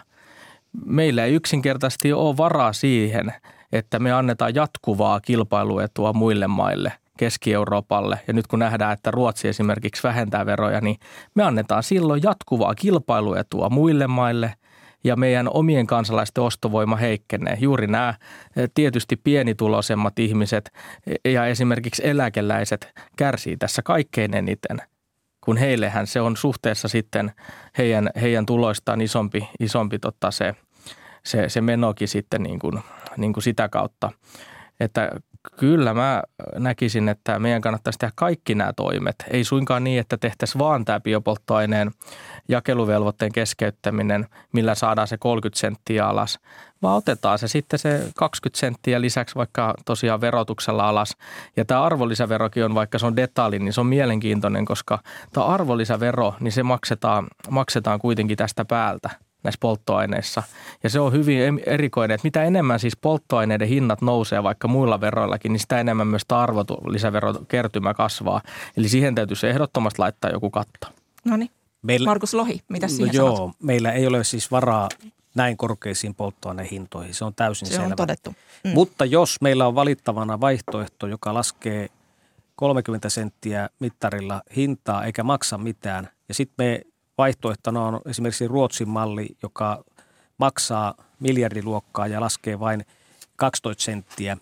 Meillä ei yksinkertaisesti ole varaa siihen, että me annetaan jatkuvaa kilpailuetua muille maille, Keski-Euroopalle. Ja nyt kun nähdään, että Ruotsi esimerkiksi vähentää veroja, niin me annetaan silloin jatkuvaa kilpailuetua muille maille ja meidän omien kansalaisten ostovoima heikkenee. Juuri nämä tietysti pienituloisemmat ihmiset ja esimerkiksi eläkeläiset kärsii tässä kaikkein eniten, kun heillehän se on suhteessa sitten heidän, heidän tuloistaan isompi, isompi totta se, se, se menokin sitten niin kuin, niin kuin sitä kautta. Että kyllä mä näkisin, että meidän kannattaisi tehdä kaikki nämä toimet. Ei suinkaan niin, että tehtäisiin vaan tämä biopolttoaineen jakeluvelvoitteen keskeyttäminen, millä saadaan se kolmekymmentä senttiä alas, vaan otetaan se sitten se kaksikymmentä senttiä lisäksi vaikka tosiaan verotuksella alas. Ja tämä arvonlisäverokin on, vaikka se on detalji, niin se on mielenkiintoinen, koska tämä arvonlisävero, niin se maksetaan, maksetaan kuitenkin tästä päältä näissä polttoaineissa. Ja se on hyvin erikoinen, että mitä enemmän siis polttoaineiden hinnat nousee vaikka muilla veroillakin, niin sitä enemmän myös tämä arvonlisäverokertymä kasvaa. Eli siihen täytyisi ehdottomasti laittaa joku katto. No niin. Meillä, Markus Lohi, mitä siihen no sanot? Joo, meillä ei ole siis varaa näin korkeisiin polttoainehintoihin. Se on täysin se selvä. On todettu. Mm. Mutta jos meillä on valittavana vaihtoehto, joka laskee kolmekymmentä senttiä mittarilla hintaa eikä maksa mitään, ja sitten me vaihtoehtona on esimerkiksi Ruotsin malli, joka maksaa miljardiluokkaa ja laskee vain kaksitoista senttiä,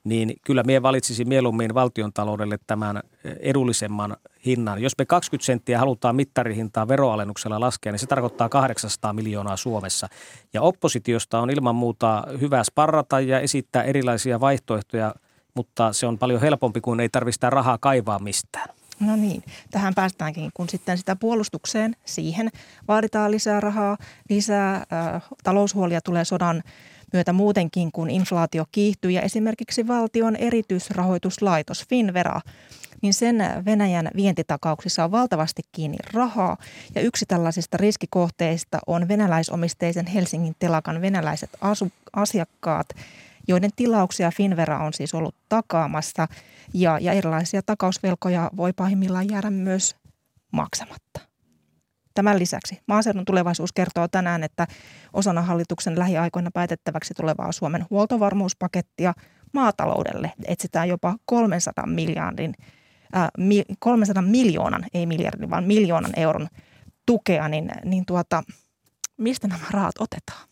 niin kyllä minä valitsisin mieluummin valtiontaloudelle tämän edullisemman hinnan. Jos me kaksikymmentä senttiä halutaan mittarihintaa veroalennuksella laskea, niin se tarkoittaa kahdeksansataa miljoonaa Suomessa. Ja oppositiosta on ilman muuta hyvä sparrata ja esittää erilaisia vaihtoehtoja, mutta se on paljon helpompi, kun ei tarvitse sitä rahaa kaivaa mistään. No niin, tähän päästäänkin, kun sitten sitä puolustukseen, siihen vaaditaan lisää rahaa, lisää äh, taloushuolia tulee sodan myötä muutenkin, kun inflaatio kiihtyy ja esimerkiksi valtion erityisrahoituslaitos Finnvera, niin sen Venäjän vientitakauksissa on valtavasti kiinni rahaa ja yksi tällaisista riskikohteista on venäläisomisteisen Helsingin telakan venäläiset asu- asiakkaat, joiden tilauksia Finnvera on siis ollut takaamassa ja, ja erilaisia takausvelkoja voi pahimmillaan jäädä myös maksamatta. Tämän lisäksi Maaseudun Tulevaisuus kertoo tänään, että osana hallituksen lähiaikoina päätettäväksi tulevaa Suomen huoltovarmuuspakettia maataloudelle etsitään jopa kolmesataa miljardin, äh, mi, kolmesataa miljoonan, ei miljardin, vaan miljoonan euron tukea, niin, niin tuota, mistä nämä rahat otetaan?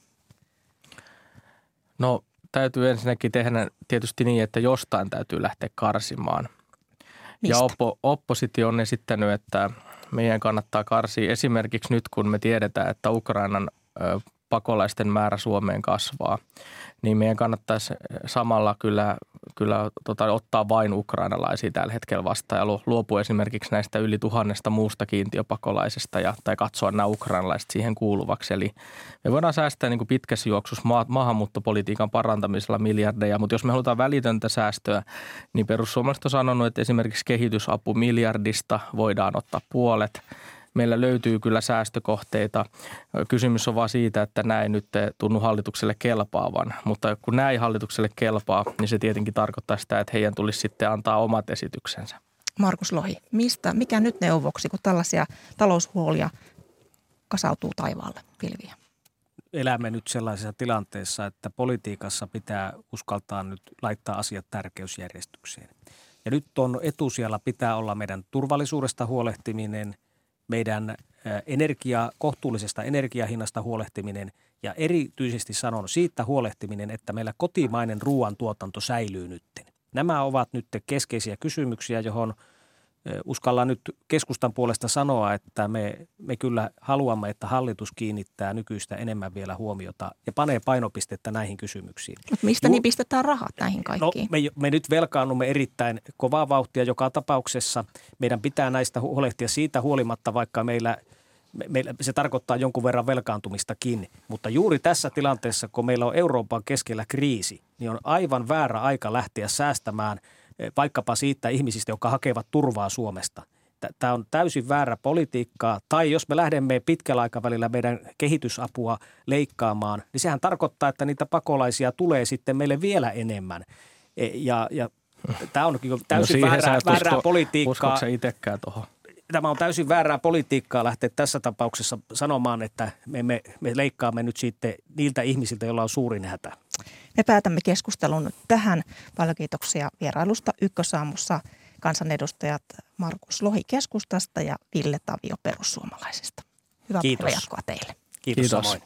No täytyy ensinnäkin tehdä tietysti niin, että jostain täytyy lähteä karsimaan. Mistä? Ja oppo, oppositio on esittänyt, että meidän kannattaa karsia esimerkiksi nyt, kun me tiedetään, että Ukrainan ö, pakolaisten määrä Suomeen kasvaa, niin meidän kannattaisi samalla kyllä, kyllä tota, ottaa vain ukrainalaisia tällä hetkellä vastaan ja luopua esimerkiksi näistä yli tuhannesta muusta kiintiöpakolaisesta ja, tai katsoa nämä ukrainalaiset siihen kuuluvaksi. Eli me voidaan säästää niin kuin pitkässä juoksussa ma- maahanmuuttopolitiikan parantamisella miljardeja, mutta jos me halutaan välitöntä säästöä, niin perussuomalaiset on sanonut, että esimerkiksi kehitysapu miljardista voidaan ottaa puolet. Meillä löytyy kyllä säästökohteita. Kysymys on vaan siitä, että nämä ei nyt tunnu hallitukselle kelpaavan. Mutta kun nämä ei hallitukselle kelpaa, niin se tietenkin tarkoittaa sitä, että heidän tulisi sitten antaa omat esityksensä. Markus Lohi, mistä, mikä nyt neuvoksi, kun tällaisia taloushuolia kasautuu taivaalle pilviä? Elämme nyt sellaisessa tilanteessa, että politiikassa pitää uskaltaa nyt laittaa asiat tärkeysjärjestykseen. Ja nyt on etusijalla pitää olla meidän turvallisuudesta huolehtiminen, meidän energia, kohtuullisesta energiahinnasta huolehtiminen ja erityisesti sanon siitä huolehtiminen, että meillä kotimainen ruoantuotanto säilyy nyt. Nämä ovat nyt keskeisiä kysymyksiä, johon uskallan nyt keskustan puolesta sanoa, että me, me kyllä haluamme, että hallitus kiinnittää nykyistä enemmän vielä huomiota ja panee painopistettä näihin kysymyksiin. Mutta mistä Ju- nipistetään rahat näihin kaikkiin? No, me, me nyt velkaannumme erittäin kovaa vauhtia joka tapauksessa. Meidän pitää näistä huolehtia siitä huolimatta, vaikka meillä, me, meillä se tarkoittaa jonkun verran velkaantumistakin. Mutta juuri tässä tilanteessa, kun meillä on Euroopan keskellä kriisi, niin on aivan väärä aika lähteä säästämään vaikkapa siitä ihmisistä, jotka hakevat turvaa Suomesta. Tämä on täysin väärä politiikkaa. Tai jos me lähdemme pitkällä aikavälillä meidän kehitysapua leikkaamaan, niin sehän tarkoittaa, että niitä pakolaisia tulee sitten meille vielä enemmän. Ja, ja tämä on täysin no väärää, väärää usko, politiikkaa. Uskotko itsekään tuohon? Tämä on täysin väärää politiikkaa lähteä tässä tapauksessa sanomaan, että me, me, me leikkaamme nyt sitten niiltä ihmisiltä, joilla on suurin hätä. Me päätämme keskustelun tähän. Paljon kiitoksia vierailusta Ykkösaamussa kansanedustajat Markus Lohi keskustasta ja Ville Tavio perussuomalaisista. Hyvää päivänjatkoa teille. Kiitos, Kiitos. Samoin.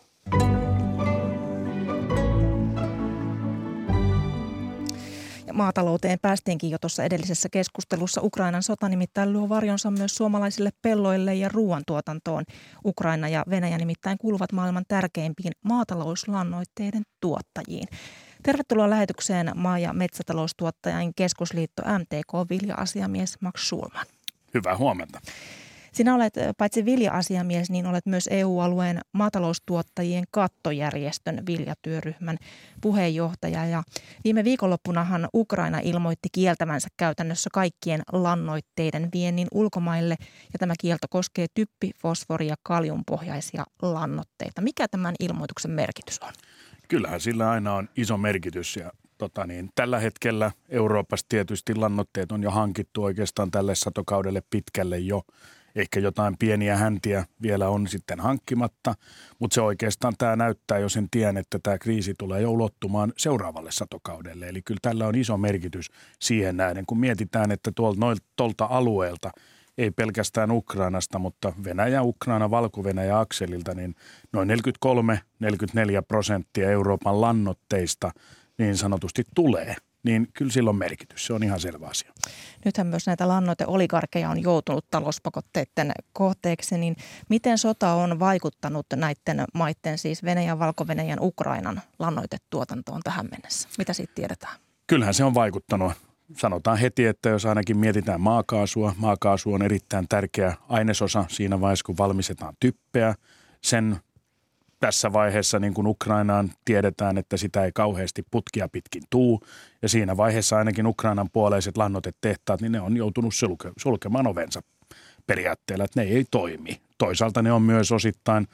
Maatalouteen päästiinkin jo tuossa edellisessä keskustelussa. Ukrainan sota nimittäin luo varjonsa myös suomalaisille pelloille ja ruoantuotantoon. Ukraina ja Venäjä nimittäin kuuluvat maailman tärkeimpiin maatalouslannoitteiden tuottajiin. Tervetuloa lähetykseen maa- ja metsätaloustuottajain keskusliitto M T K vilja-asiamies Max Schulman. Hyvää huomenta. Sinä olet paitsi vilja-asiamies, niin olet myös E U-alueen maataloustuottajien kattojärjestön viljatyöryhmän puheenjohtaja. Ja viime viikonloppunahan Ukraina ilmoitti kieltävänsä käytännössä kaikkien lannoitteiden viennin ulkomaille. Ja tämä kielto koskee typpi-, fosfori- ja kaliumpohjaisia lannoitteita. Mikä tämän ilmoituksen merkitys on? Kyllähän sillä aina on iso merkitys ja tota niin, tällä hetkellä Euroopassa tietysti lannoitteet on jo hankittu oikeastaan tälle satokaudelle pitkälle jo. Ehkä jotain pieniä häntiä vielä on sitten hankkimatta, mutta se oikeastaan tämä näyttää jo sen tien, että tämä kriisi tulee jo ulottumaan seuraavalle satokaudelle. Eli kyllä tällä on iso merkitys siihen nähden, kun mietitään, että tuolta, tuolta alueelta, ei pelkästään Ukrainasta, mutta Venäjä, Ukraina, Valko-Venäjä akselilta, niin noin neljäkymmentäkolme neljäkymmentäneljä prosenttia Euroopan lannoitteista niin sanotusti tulee niin kyllä sillä on merkitys. Se on ihan selvä asia. Nythän myös näitä lannoiteoligarkkeja on joutunut talouspakotteiden kohteeksi, niin miten sota on vaikuttanut näiden maiden, siis Venäjän, Valko-Venäjän, Ukrainan lannoitetuotantoon tähän mennessä? Mitä siitä tiedetään? Kyllähän se on vaikuttanut. Sanotaan heti, että jos ainakin mietitään maakaasua, maakaasu on erittäin tärkeä ainesosa siinä vaiheessa, kun valmistetaan typpeä. Sen tässä vaiheessa, niin kuin Ukrainaan tiedetään, että sitä ei kauheasti putkia pitkin tuu. Ja siinä vaiheessa ainakin Ukrainan puoleiset lannoitetehtaat, niin ne on joutunut sulke- sulkemaan ovensa periaatteella, että ne ei toimi. Toisaalta ne on myös osittain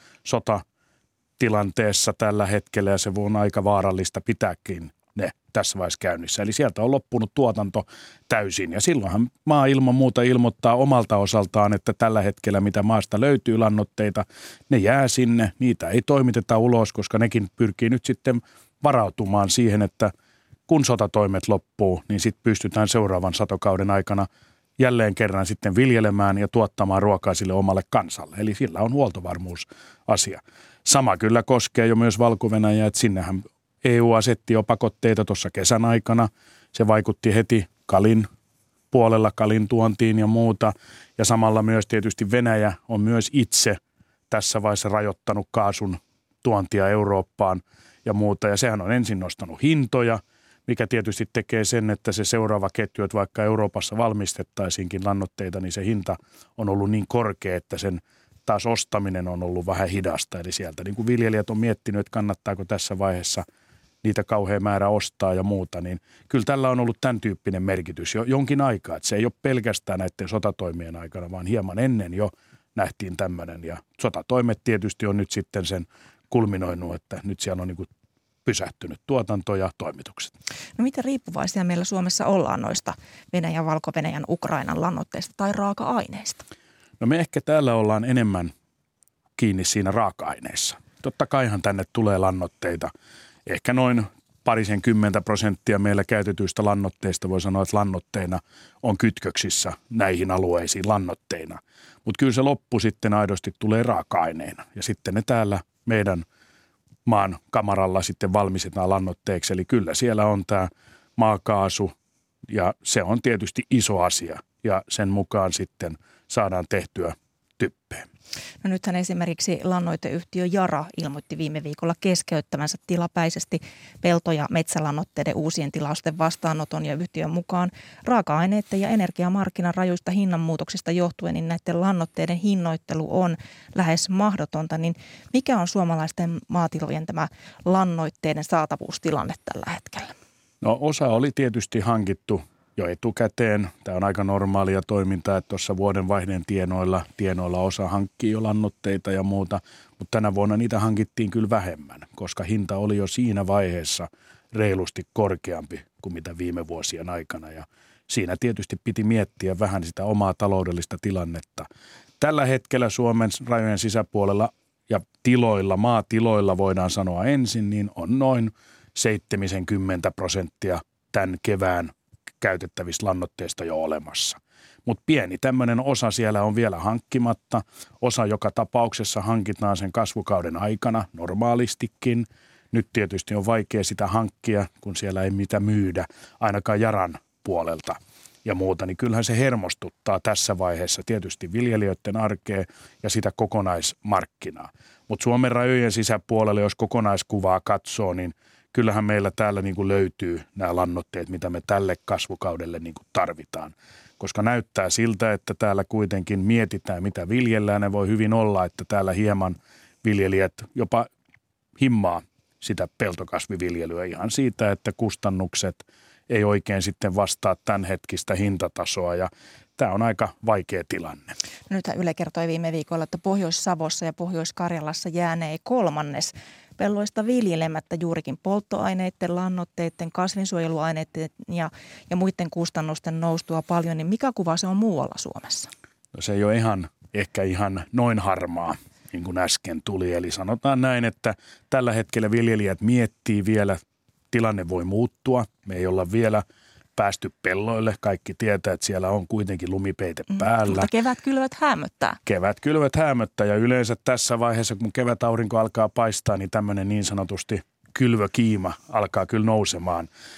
sotatilanteessa tällä hetkellä ja se on aika vaarallista pitääkin ne tässä vaiheessa käynnissä. Eli sieltä on loppunut tuotanto täysin ja silloinhan maa ilman muuta ilmoittaa omalta osaltaan, että tällä hetkellä mitä maasta löytyy lannoitteita, ne jää sinne, niitä ei toimiteta ulos, koska nekin pyrkii nyt sitten varautumaan siihen, että kun sotatoimet loppuu, niin sitten pystytään seuraavan satokauden aikana jälleen kerran sitten viljelemään ja tuottamaan ruokaa sille omalle kansalle. Eli sillä on huoltovarmuusasia. Sama kyllä koskee jo myös Valko-Venäjää, että sinnehän E U asetti jo pakotteita tuossa kesän aikana. Se vaikutti heti kalin puolella, kalin tuontiin ja muuta. Ja samalla myös tietysti Venäjä on myös itse tässä vaiheessa rajoittanut kaasun tuontia Eurooppaan ja muuta. Ja sehän on ensin nostanut hintoja, mikä tietysti tekee sen, että se seuraava ketju, että vaikka Euroopassa valmistettaisiinkin lannoitteita, niin se hinta on ollut niin korkea, että sen taas ostaminen on ollut vähän hidasta. Eli sieltä niin kuin viljelijät on miettinyt, että kannattaako tässä vaiheessa niitä kauhean määrä ostaa ja muuta, niin kyllä tällä on ollut tämän tyyppinen merkitys jo jonkin aikaa. Että se ei ole pelkästään näiden sotatoimien aikana, vaan hieman ennen jo nähtiin tämmöinen. Ja sotatoimet tietysti on nyt sitten sen kulminoinut, että nyt siellä on niin kuin pysähtynyt tuotanto ja toimitukset. No miten riippuvaisia meillä Suomessa ollaan noista Venäjän, Valko-Venäjän, Ukrainan lannoitteista tai raaka-aineista? No me ehkä täällä ollaan enemmän kiinni siinä raaka-aineessa. Totta kaihan tänne tulee lannoitteita. Ehkä noin parisen kymmentä prosenttia meillä käytetyistä lannoitteista voi sanoa, että lannoitteina on kytköksissä näihin alueisiin lannoitteina. Mutta kyllä se loppu sitten aidosti tulee raaka-aineena ja sitten ne täällä meidän maan kamaralla sitten valmistetaan lannoitteeksi. Eli kyllä siellä on tämä maakaasu ja se on tietysti iso asia ja sen mukaan sitten saadaan tehtyä typpeä. No nythän esimerkiksi lannoiteyhtiö Yara ilmoitti viime viikolla keskeyttävänsä tilapäisesti pelto- ja metsälannoitteiden uusien tilausten vastaanoton ja yhtiön mukaan raaka-aineiden ja energiamarkkinan rajuista hinnanmuutoksista johtuen, niin näiden lannoitteiden hinnoittelu on lähes mahdotonta. Niin mikä on suomalaisten maatilojen tämä lannoitteiden saatavuustilanne tällä hetkellä? No osa oli tietysti hankittu jo etukäteen. Tämä on aika normaalia toimintaa, että tuossa vuodenvaihdeen tienoilla, tienoilla osa hankkii jo lannoitteita ja muuta, mutta tänä vuonna niitä hankittiin kyllä vähemmän, koska hinta oli jo siinä vaiheessa reilusti korkeampi kuin mitä viime vuosien aikana ja siinä tietysti piti miettiä vähän sitä omaa taloudellista tilannetta. Tällä hetkellä Suomen rajojen sisäpuolella ja tiloilla, maatiloilla voidaan sanoa ensin, niin on noin seitsemänkymmentä prosenttia tämän kevään käytettävistä lannoitteista jo olemassa. Mutta pieni tämmöinen osa siellä on vielä hankkimatta. Osa joka tapauksessa hankitaan sen kasvukauden aikana normaalistikin. Nyt tietysti on vaikea sitä hankkia, kun siellä ei mitä myydä, ainakaan Yaran puolelta ja muuta. Niin kyllähän se hermostuttaa tässä vaiheessa tietysti viljelijöiden arkea ja sitä kokonaismarkkinaa. Mutta Suomen rajojen sisäpuolella, jos kokonaiskuvaa katsoo, niin kyllähän meillä täällä niin kuin löytyy nämä lannoitteet, mitä me tälle kasvukaudelle niin kuin tarvitaan. Koska näyttää siltä, että täällä kuitenkin mietitään, mitä viljellään. Ne voi hyvin olla, että täällä hieman viljelijät jopa himmaa sitä peltokasviviljelyä ihan siitä, että kustannukset ei oikein sitten vastaa tämänhetkistä hintatasoa ja tämä on aika vaikea tilanne. No nythän Yle kertoi viime viikolla, että Pohjois-Savossa ja Pohjois-Karjalassa jäänee kolmannes pelloista viljelemättä juurikin polttoaineiden, lannoitteiden, kasvinsuojeluaineiden ja, ja muiden kustannusten noustua paljon. Niin mikä kuva se on muualla Suomessa? No se ei ole ihan, ehkä ihan noin harmaa, niin kuin äsken tuli. Eli sanotaan näin, että tällä hetkellä viljelijät miettii vielä, tilanne voi muuttua. Me ei olla vielä päästy pelloille. Kaikki tietää, että siellä on kuitenkin lumipeite päällä. Mm, mutta kevätkylvöt häämöttää. Kevätkylvöt häämöttää ja yleensä tässä vaiheessa, kun kevätaurinko alkaa paistaa, niin tämmöinen niin sanotusti kylvökiima alkaa kyllä nousemaan.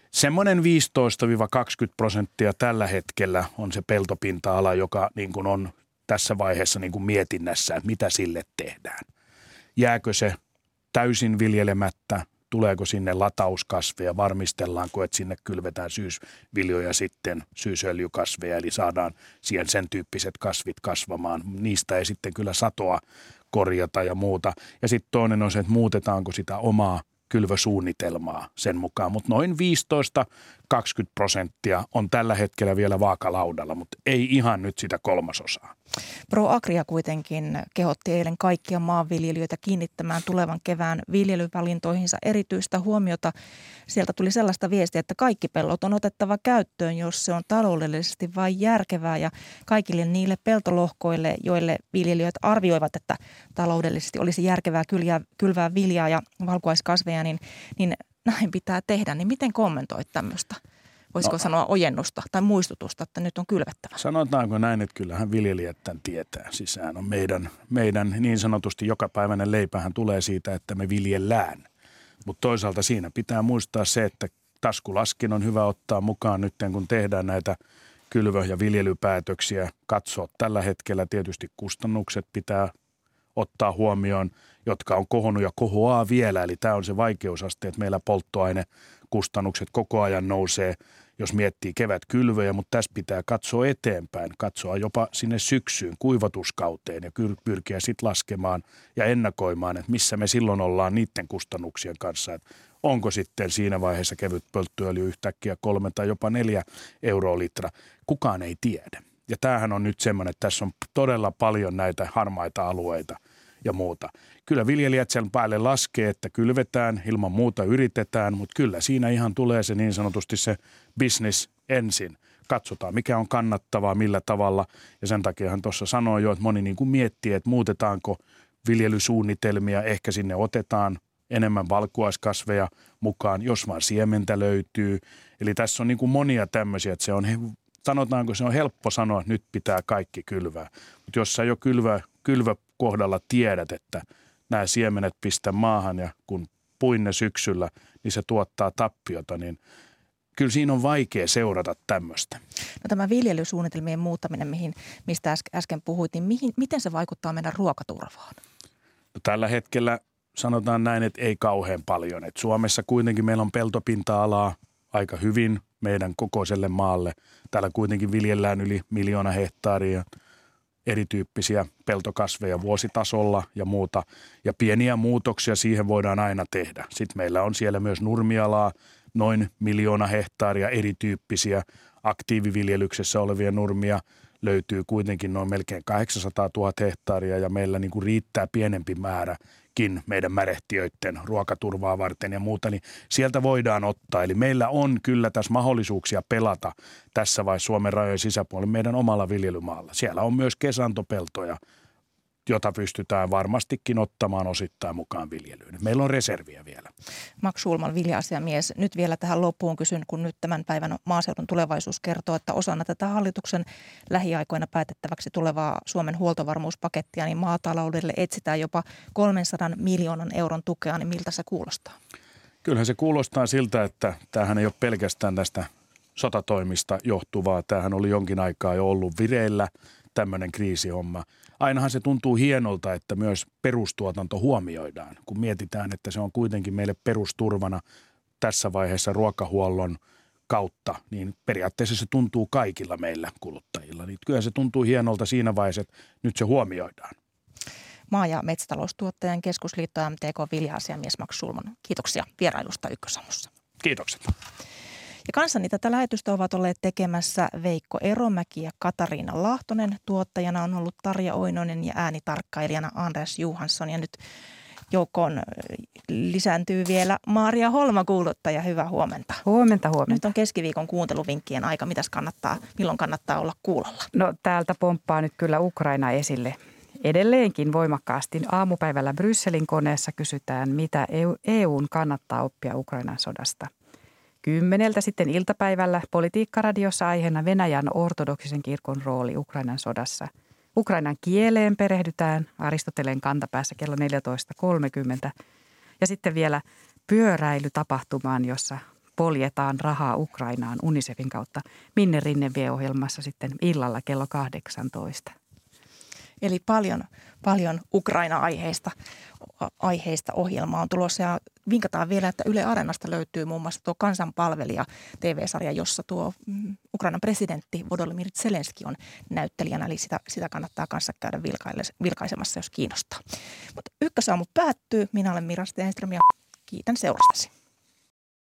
semmoinen viisitoista kaksikymmentä prosenttia tällä hetkellä on se peltopinta-ala, joka niin kuin on tässä vaiheessa niin kuin mietinnässä, että mitä sille tehdään. Jääkö se täysin viljelemättä? Tuleeko sinne latauskasveja, varmistellaanko, että sinne kylvetään syysviljoja sitten, syysöljykasveja, eli saadaan siihen sen tyyppiset kasvit kasvamaan. Niistä ei sitten kyllä satoa korjata ja muuta. Ja sitten toinen on se, että muutetaanko sitä omaa kylvösuunnitelmaa sen mukaan, mutta noin viisitoista kaksikymmentä prosenttia on tällä hetkellä vielä vaakalaudalla, mutta ei ihan nyt sitä kolmasosaa. ProAgria kuitenkin kehotti eilen kaikkia maanviljelijöitä kiinnittämään tulevan kevään viljelyvalintoihinsa erityistä huomiota. Sieltä tuli sellaista viestiä, että kaikki pellot on otettava käyttöön, jos se on taloudellisesti vain järkevää, ja kaikille niille peltolohkoille, joille viljelijät arvioivat, että taloudellisesti olisi järkevää kylvää, kylvää viljaa ja valkuaiskasveja, niin, niin näin pitää tehdä. Niin miten kommentoit tämmöistä? Voisiko no, sanoa ojennusta tai muistutusta, että nyt on kylvettävä? Sanotaanko näin, että kyllähän viljelijät tämän tietää. Sisään on meidän, meidän niin sanotusti jokapäiväinen leipähän tulee siitä, että me viljellään. Mutta toisaalta siinä pitää muistaa se, että taskulaskin on hyvä ottaa mukaan nyt, kun tehdään näitä kylvö- ja viljelypäätöksiä. Katsoa tällä hetkellä tietysti kustannukset pitää ottaa huomioon, jotka on kohonnut ja kohoaa vielä. Eli tämä on se vaikeusaste, että meillä polttoainekustannukset koko ajan nousee, jos miettii kevätkylvöjä, mutta tässä pitää katsoa eteenpäin, katsoa jopa sinne syksyyn, kuivatuskauteen ja pyrkiä sitten laskemaan ja ennakoimaan, että missä me silloin ollaan niiden kustannuksien kanssa, että onko sitten siinä vaiheessa kevyt polttoöljy yhtäkkiä kolme tai jopa neljä euroa litra. Kukaan ei tiedä. Ja tämähän on nyt semmoinen, että tässä on todella paljon näitä harmaita alueita ja muuta. Kyllä viljelijät sen päälle laskee, että kylvetään, ilman muuta yritetään, mutta kyllä siinä ihan tulee se niin sanotusti se business ensin. Katsotaan, mikä on kannattavaa, millä tavalla. Ja sen takiahan tuossa sanoi jo, että moni niin kuin miettii, että muutetaanko viljelysuunnitelmia, ehkä sinne otetaan enemmän valkuaiskasveja mukaan, jos vaan siementä löytyy. Eli tässä on niin kuin monia tämmöisiä, että se on, sanotaanko se on helppo sanoa, että nyt pitää kaikki kylvää. Mutta jos sä jo kylvä, kylvä kohdalla tiedät, että nämä siemenet pistä maahan ja kun puin ne syksyllä, niin se tuottaa tappiota, niin kyllä siinä on vaikea seurata tämmöistä. No tämä viljelysuunnitelmien muuttaminen, mihin, mistä äsken puhuit, niin mihin, miten se vaikuttaa meidän ruokaturvaan? No tällä hetkellä sanotaan näin, että ei kauhean paljon. Et Suomessa kuitenkin meillä on peltopinta-alaa aika hyvin meidän kokoiselle maalle. Täällä kuitenkin viljellään yli miljoona hehtaaria erityyppisiä peltokasveja vuositasolla ja muuta. Ja pieniä muutoksia siihen voidaan aina tehdä. Sitten meillä on siellä myös nurmialaa, noin miljoona hehtaaria erityyppisiä aktiiviviljelyksessä olevia nurmia. Löytyy kuitenkin noin melkein kahdeksansataatuhatta hehtaaria ja meillä niin kuin riittää pienempi määräkin meidän märehtiöiden ruokaturvaa varten ja muuta, niin sieltä voidaan ottaa. Eli meillä on kyllä tässä mahdollisuuksia pelata tässä vaiheessa Suomen rajojen sisäpuolella meidän omalla viljelymaalla. Siellä on myös kesantopeltoja, jota pystytään varmastikin ottamaan osittain mukaan viljelyyn. Meillä on reserviä vielä. Max Schulman, vilja-asiamies. Nyt vielä tähän loppuun kysyn, kun nyt tämän päivän maaseudun tulevaisuus kertoo, että osana tätä hallituksen lähiaikoina päätettäväksi tulevaa Suomen huoltovarmuuspakettia, niin maataloudelle etsitään jopa kolmensadan miljoonan euron tukea, niin miltä se kuulostaa? Kyllähän se kuulostaa siltä, että tämähän ei ole pelkästään tästä sotatoimista johtuvaa. Tämähän oli jonkin aikaa jo ollut vireillä tämmöinen kriisihomma. Ainahan se tuntuu hienolta, että myös perustuotanto huomioidaan, kun mietitään, että se on kuitenkin meille perusturvana tässä vaiheessa ruokahuollon kautta, niin periaatteessa se tuntuu kaikilla meillä kuluttajilla. Niin kyllä se tuntuu hienolta siinä vaiheessa, että nyt se huomioidaan. Maa- ja metsätaloustuottajan keskusliitto M T K vilja-asiamies Max Schulman. Kiitoksia vierailusta Ykkösaamussa. Kiitokset. Ja kanssani tätä lähetystä ovat olleet tekemässä Veikko Eromäki ja Katariina Lahtonen. Tuottajana on ollut Tarja Oinonen ja äänitarkkailijana Anders Johansson. Ja nyt joukkoon lisääntyy vielä Maaria Holma, kuuluttaja. Hyvää huomenta. Huomenta, huomenta. Nyt on keskiviikon kuunteluvinkkien aika. Mitäs kannattaa, milloin kannattaa olla kuulolla? No täältä pomppaa nyt kyllä Ukraina esille. Edelleenkin voimakkaasti aamupäivällä Brysselin koneessa kysytään, mitä E U:n kannattaa oppia Ukrainan sodasta. Kymmeneltä sitten iltapäivällä Politiikkaradiossa aiheena Venäjän ortodoksisen kirkon rooli Ukrainan sodassa. Ukrainan kieleen perehdytään Aristoteleen kantapäässä kello neljätoista kolmekymmentä ja sitten vielä pyöräilytapahtumaan, jossa poljetaan rahaa Ukrainaan UNICEFin kautta. Minne Rinne vie -ohjelmassa sitten illalla kello kahdeksantoista. Eli paljon, paljon Ukraina-aiheista aiheista ohjelmaa on tulossa ja vinkataan vielä, että Yle Areenasta löytyy muun muassa tuo Kansanpalvelija T V-sarja, jossa tuo Ukrainan presidentti Volodymyr Zelenski on näyttelijänä, eli sitä, sitä kannattaa kanssa käydä vilkaisemassa, jos kiinnostaa. Mutta ykkösaamu päättyy. Minä olen Mira Stenström ja kiitän seurastasi.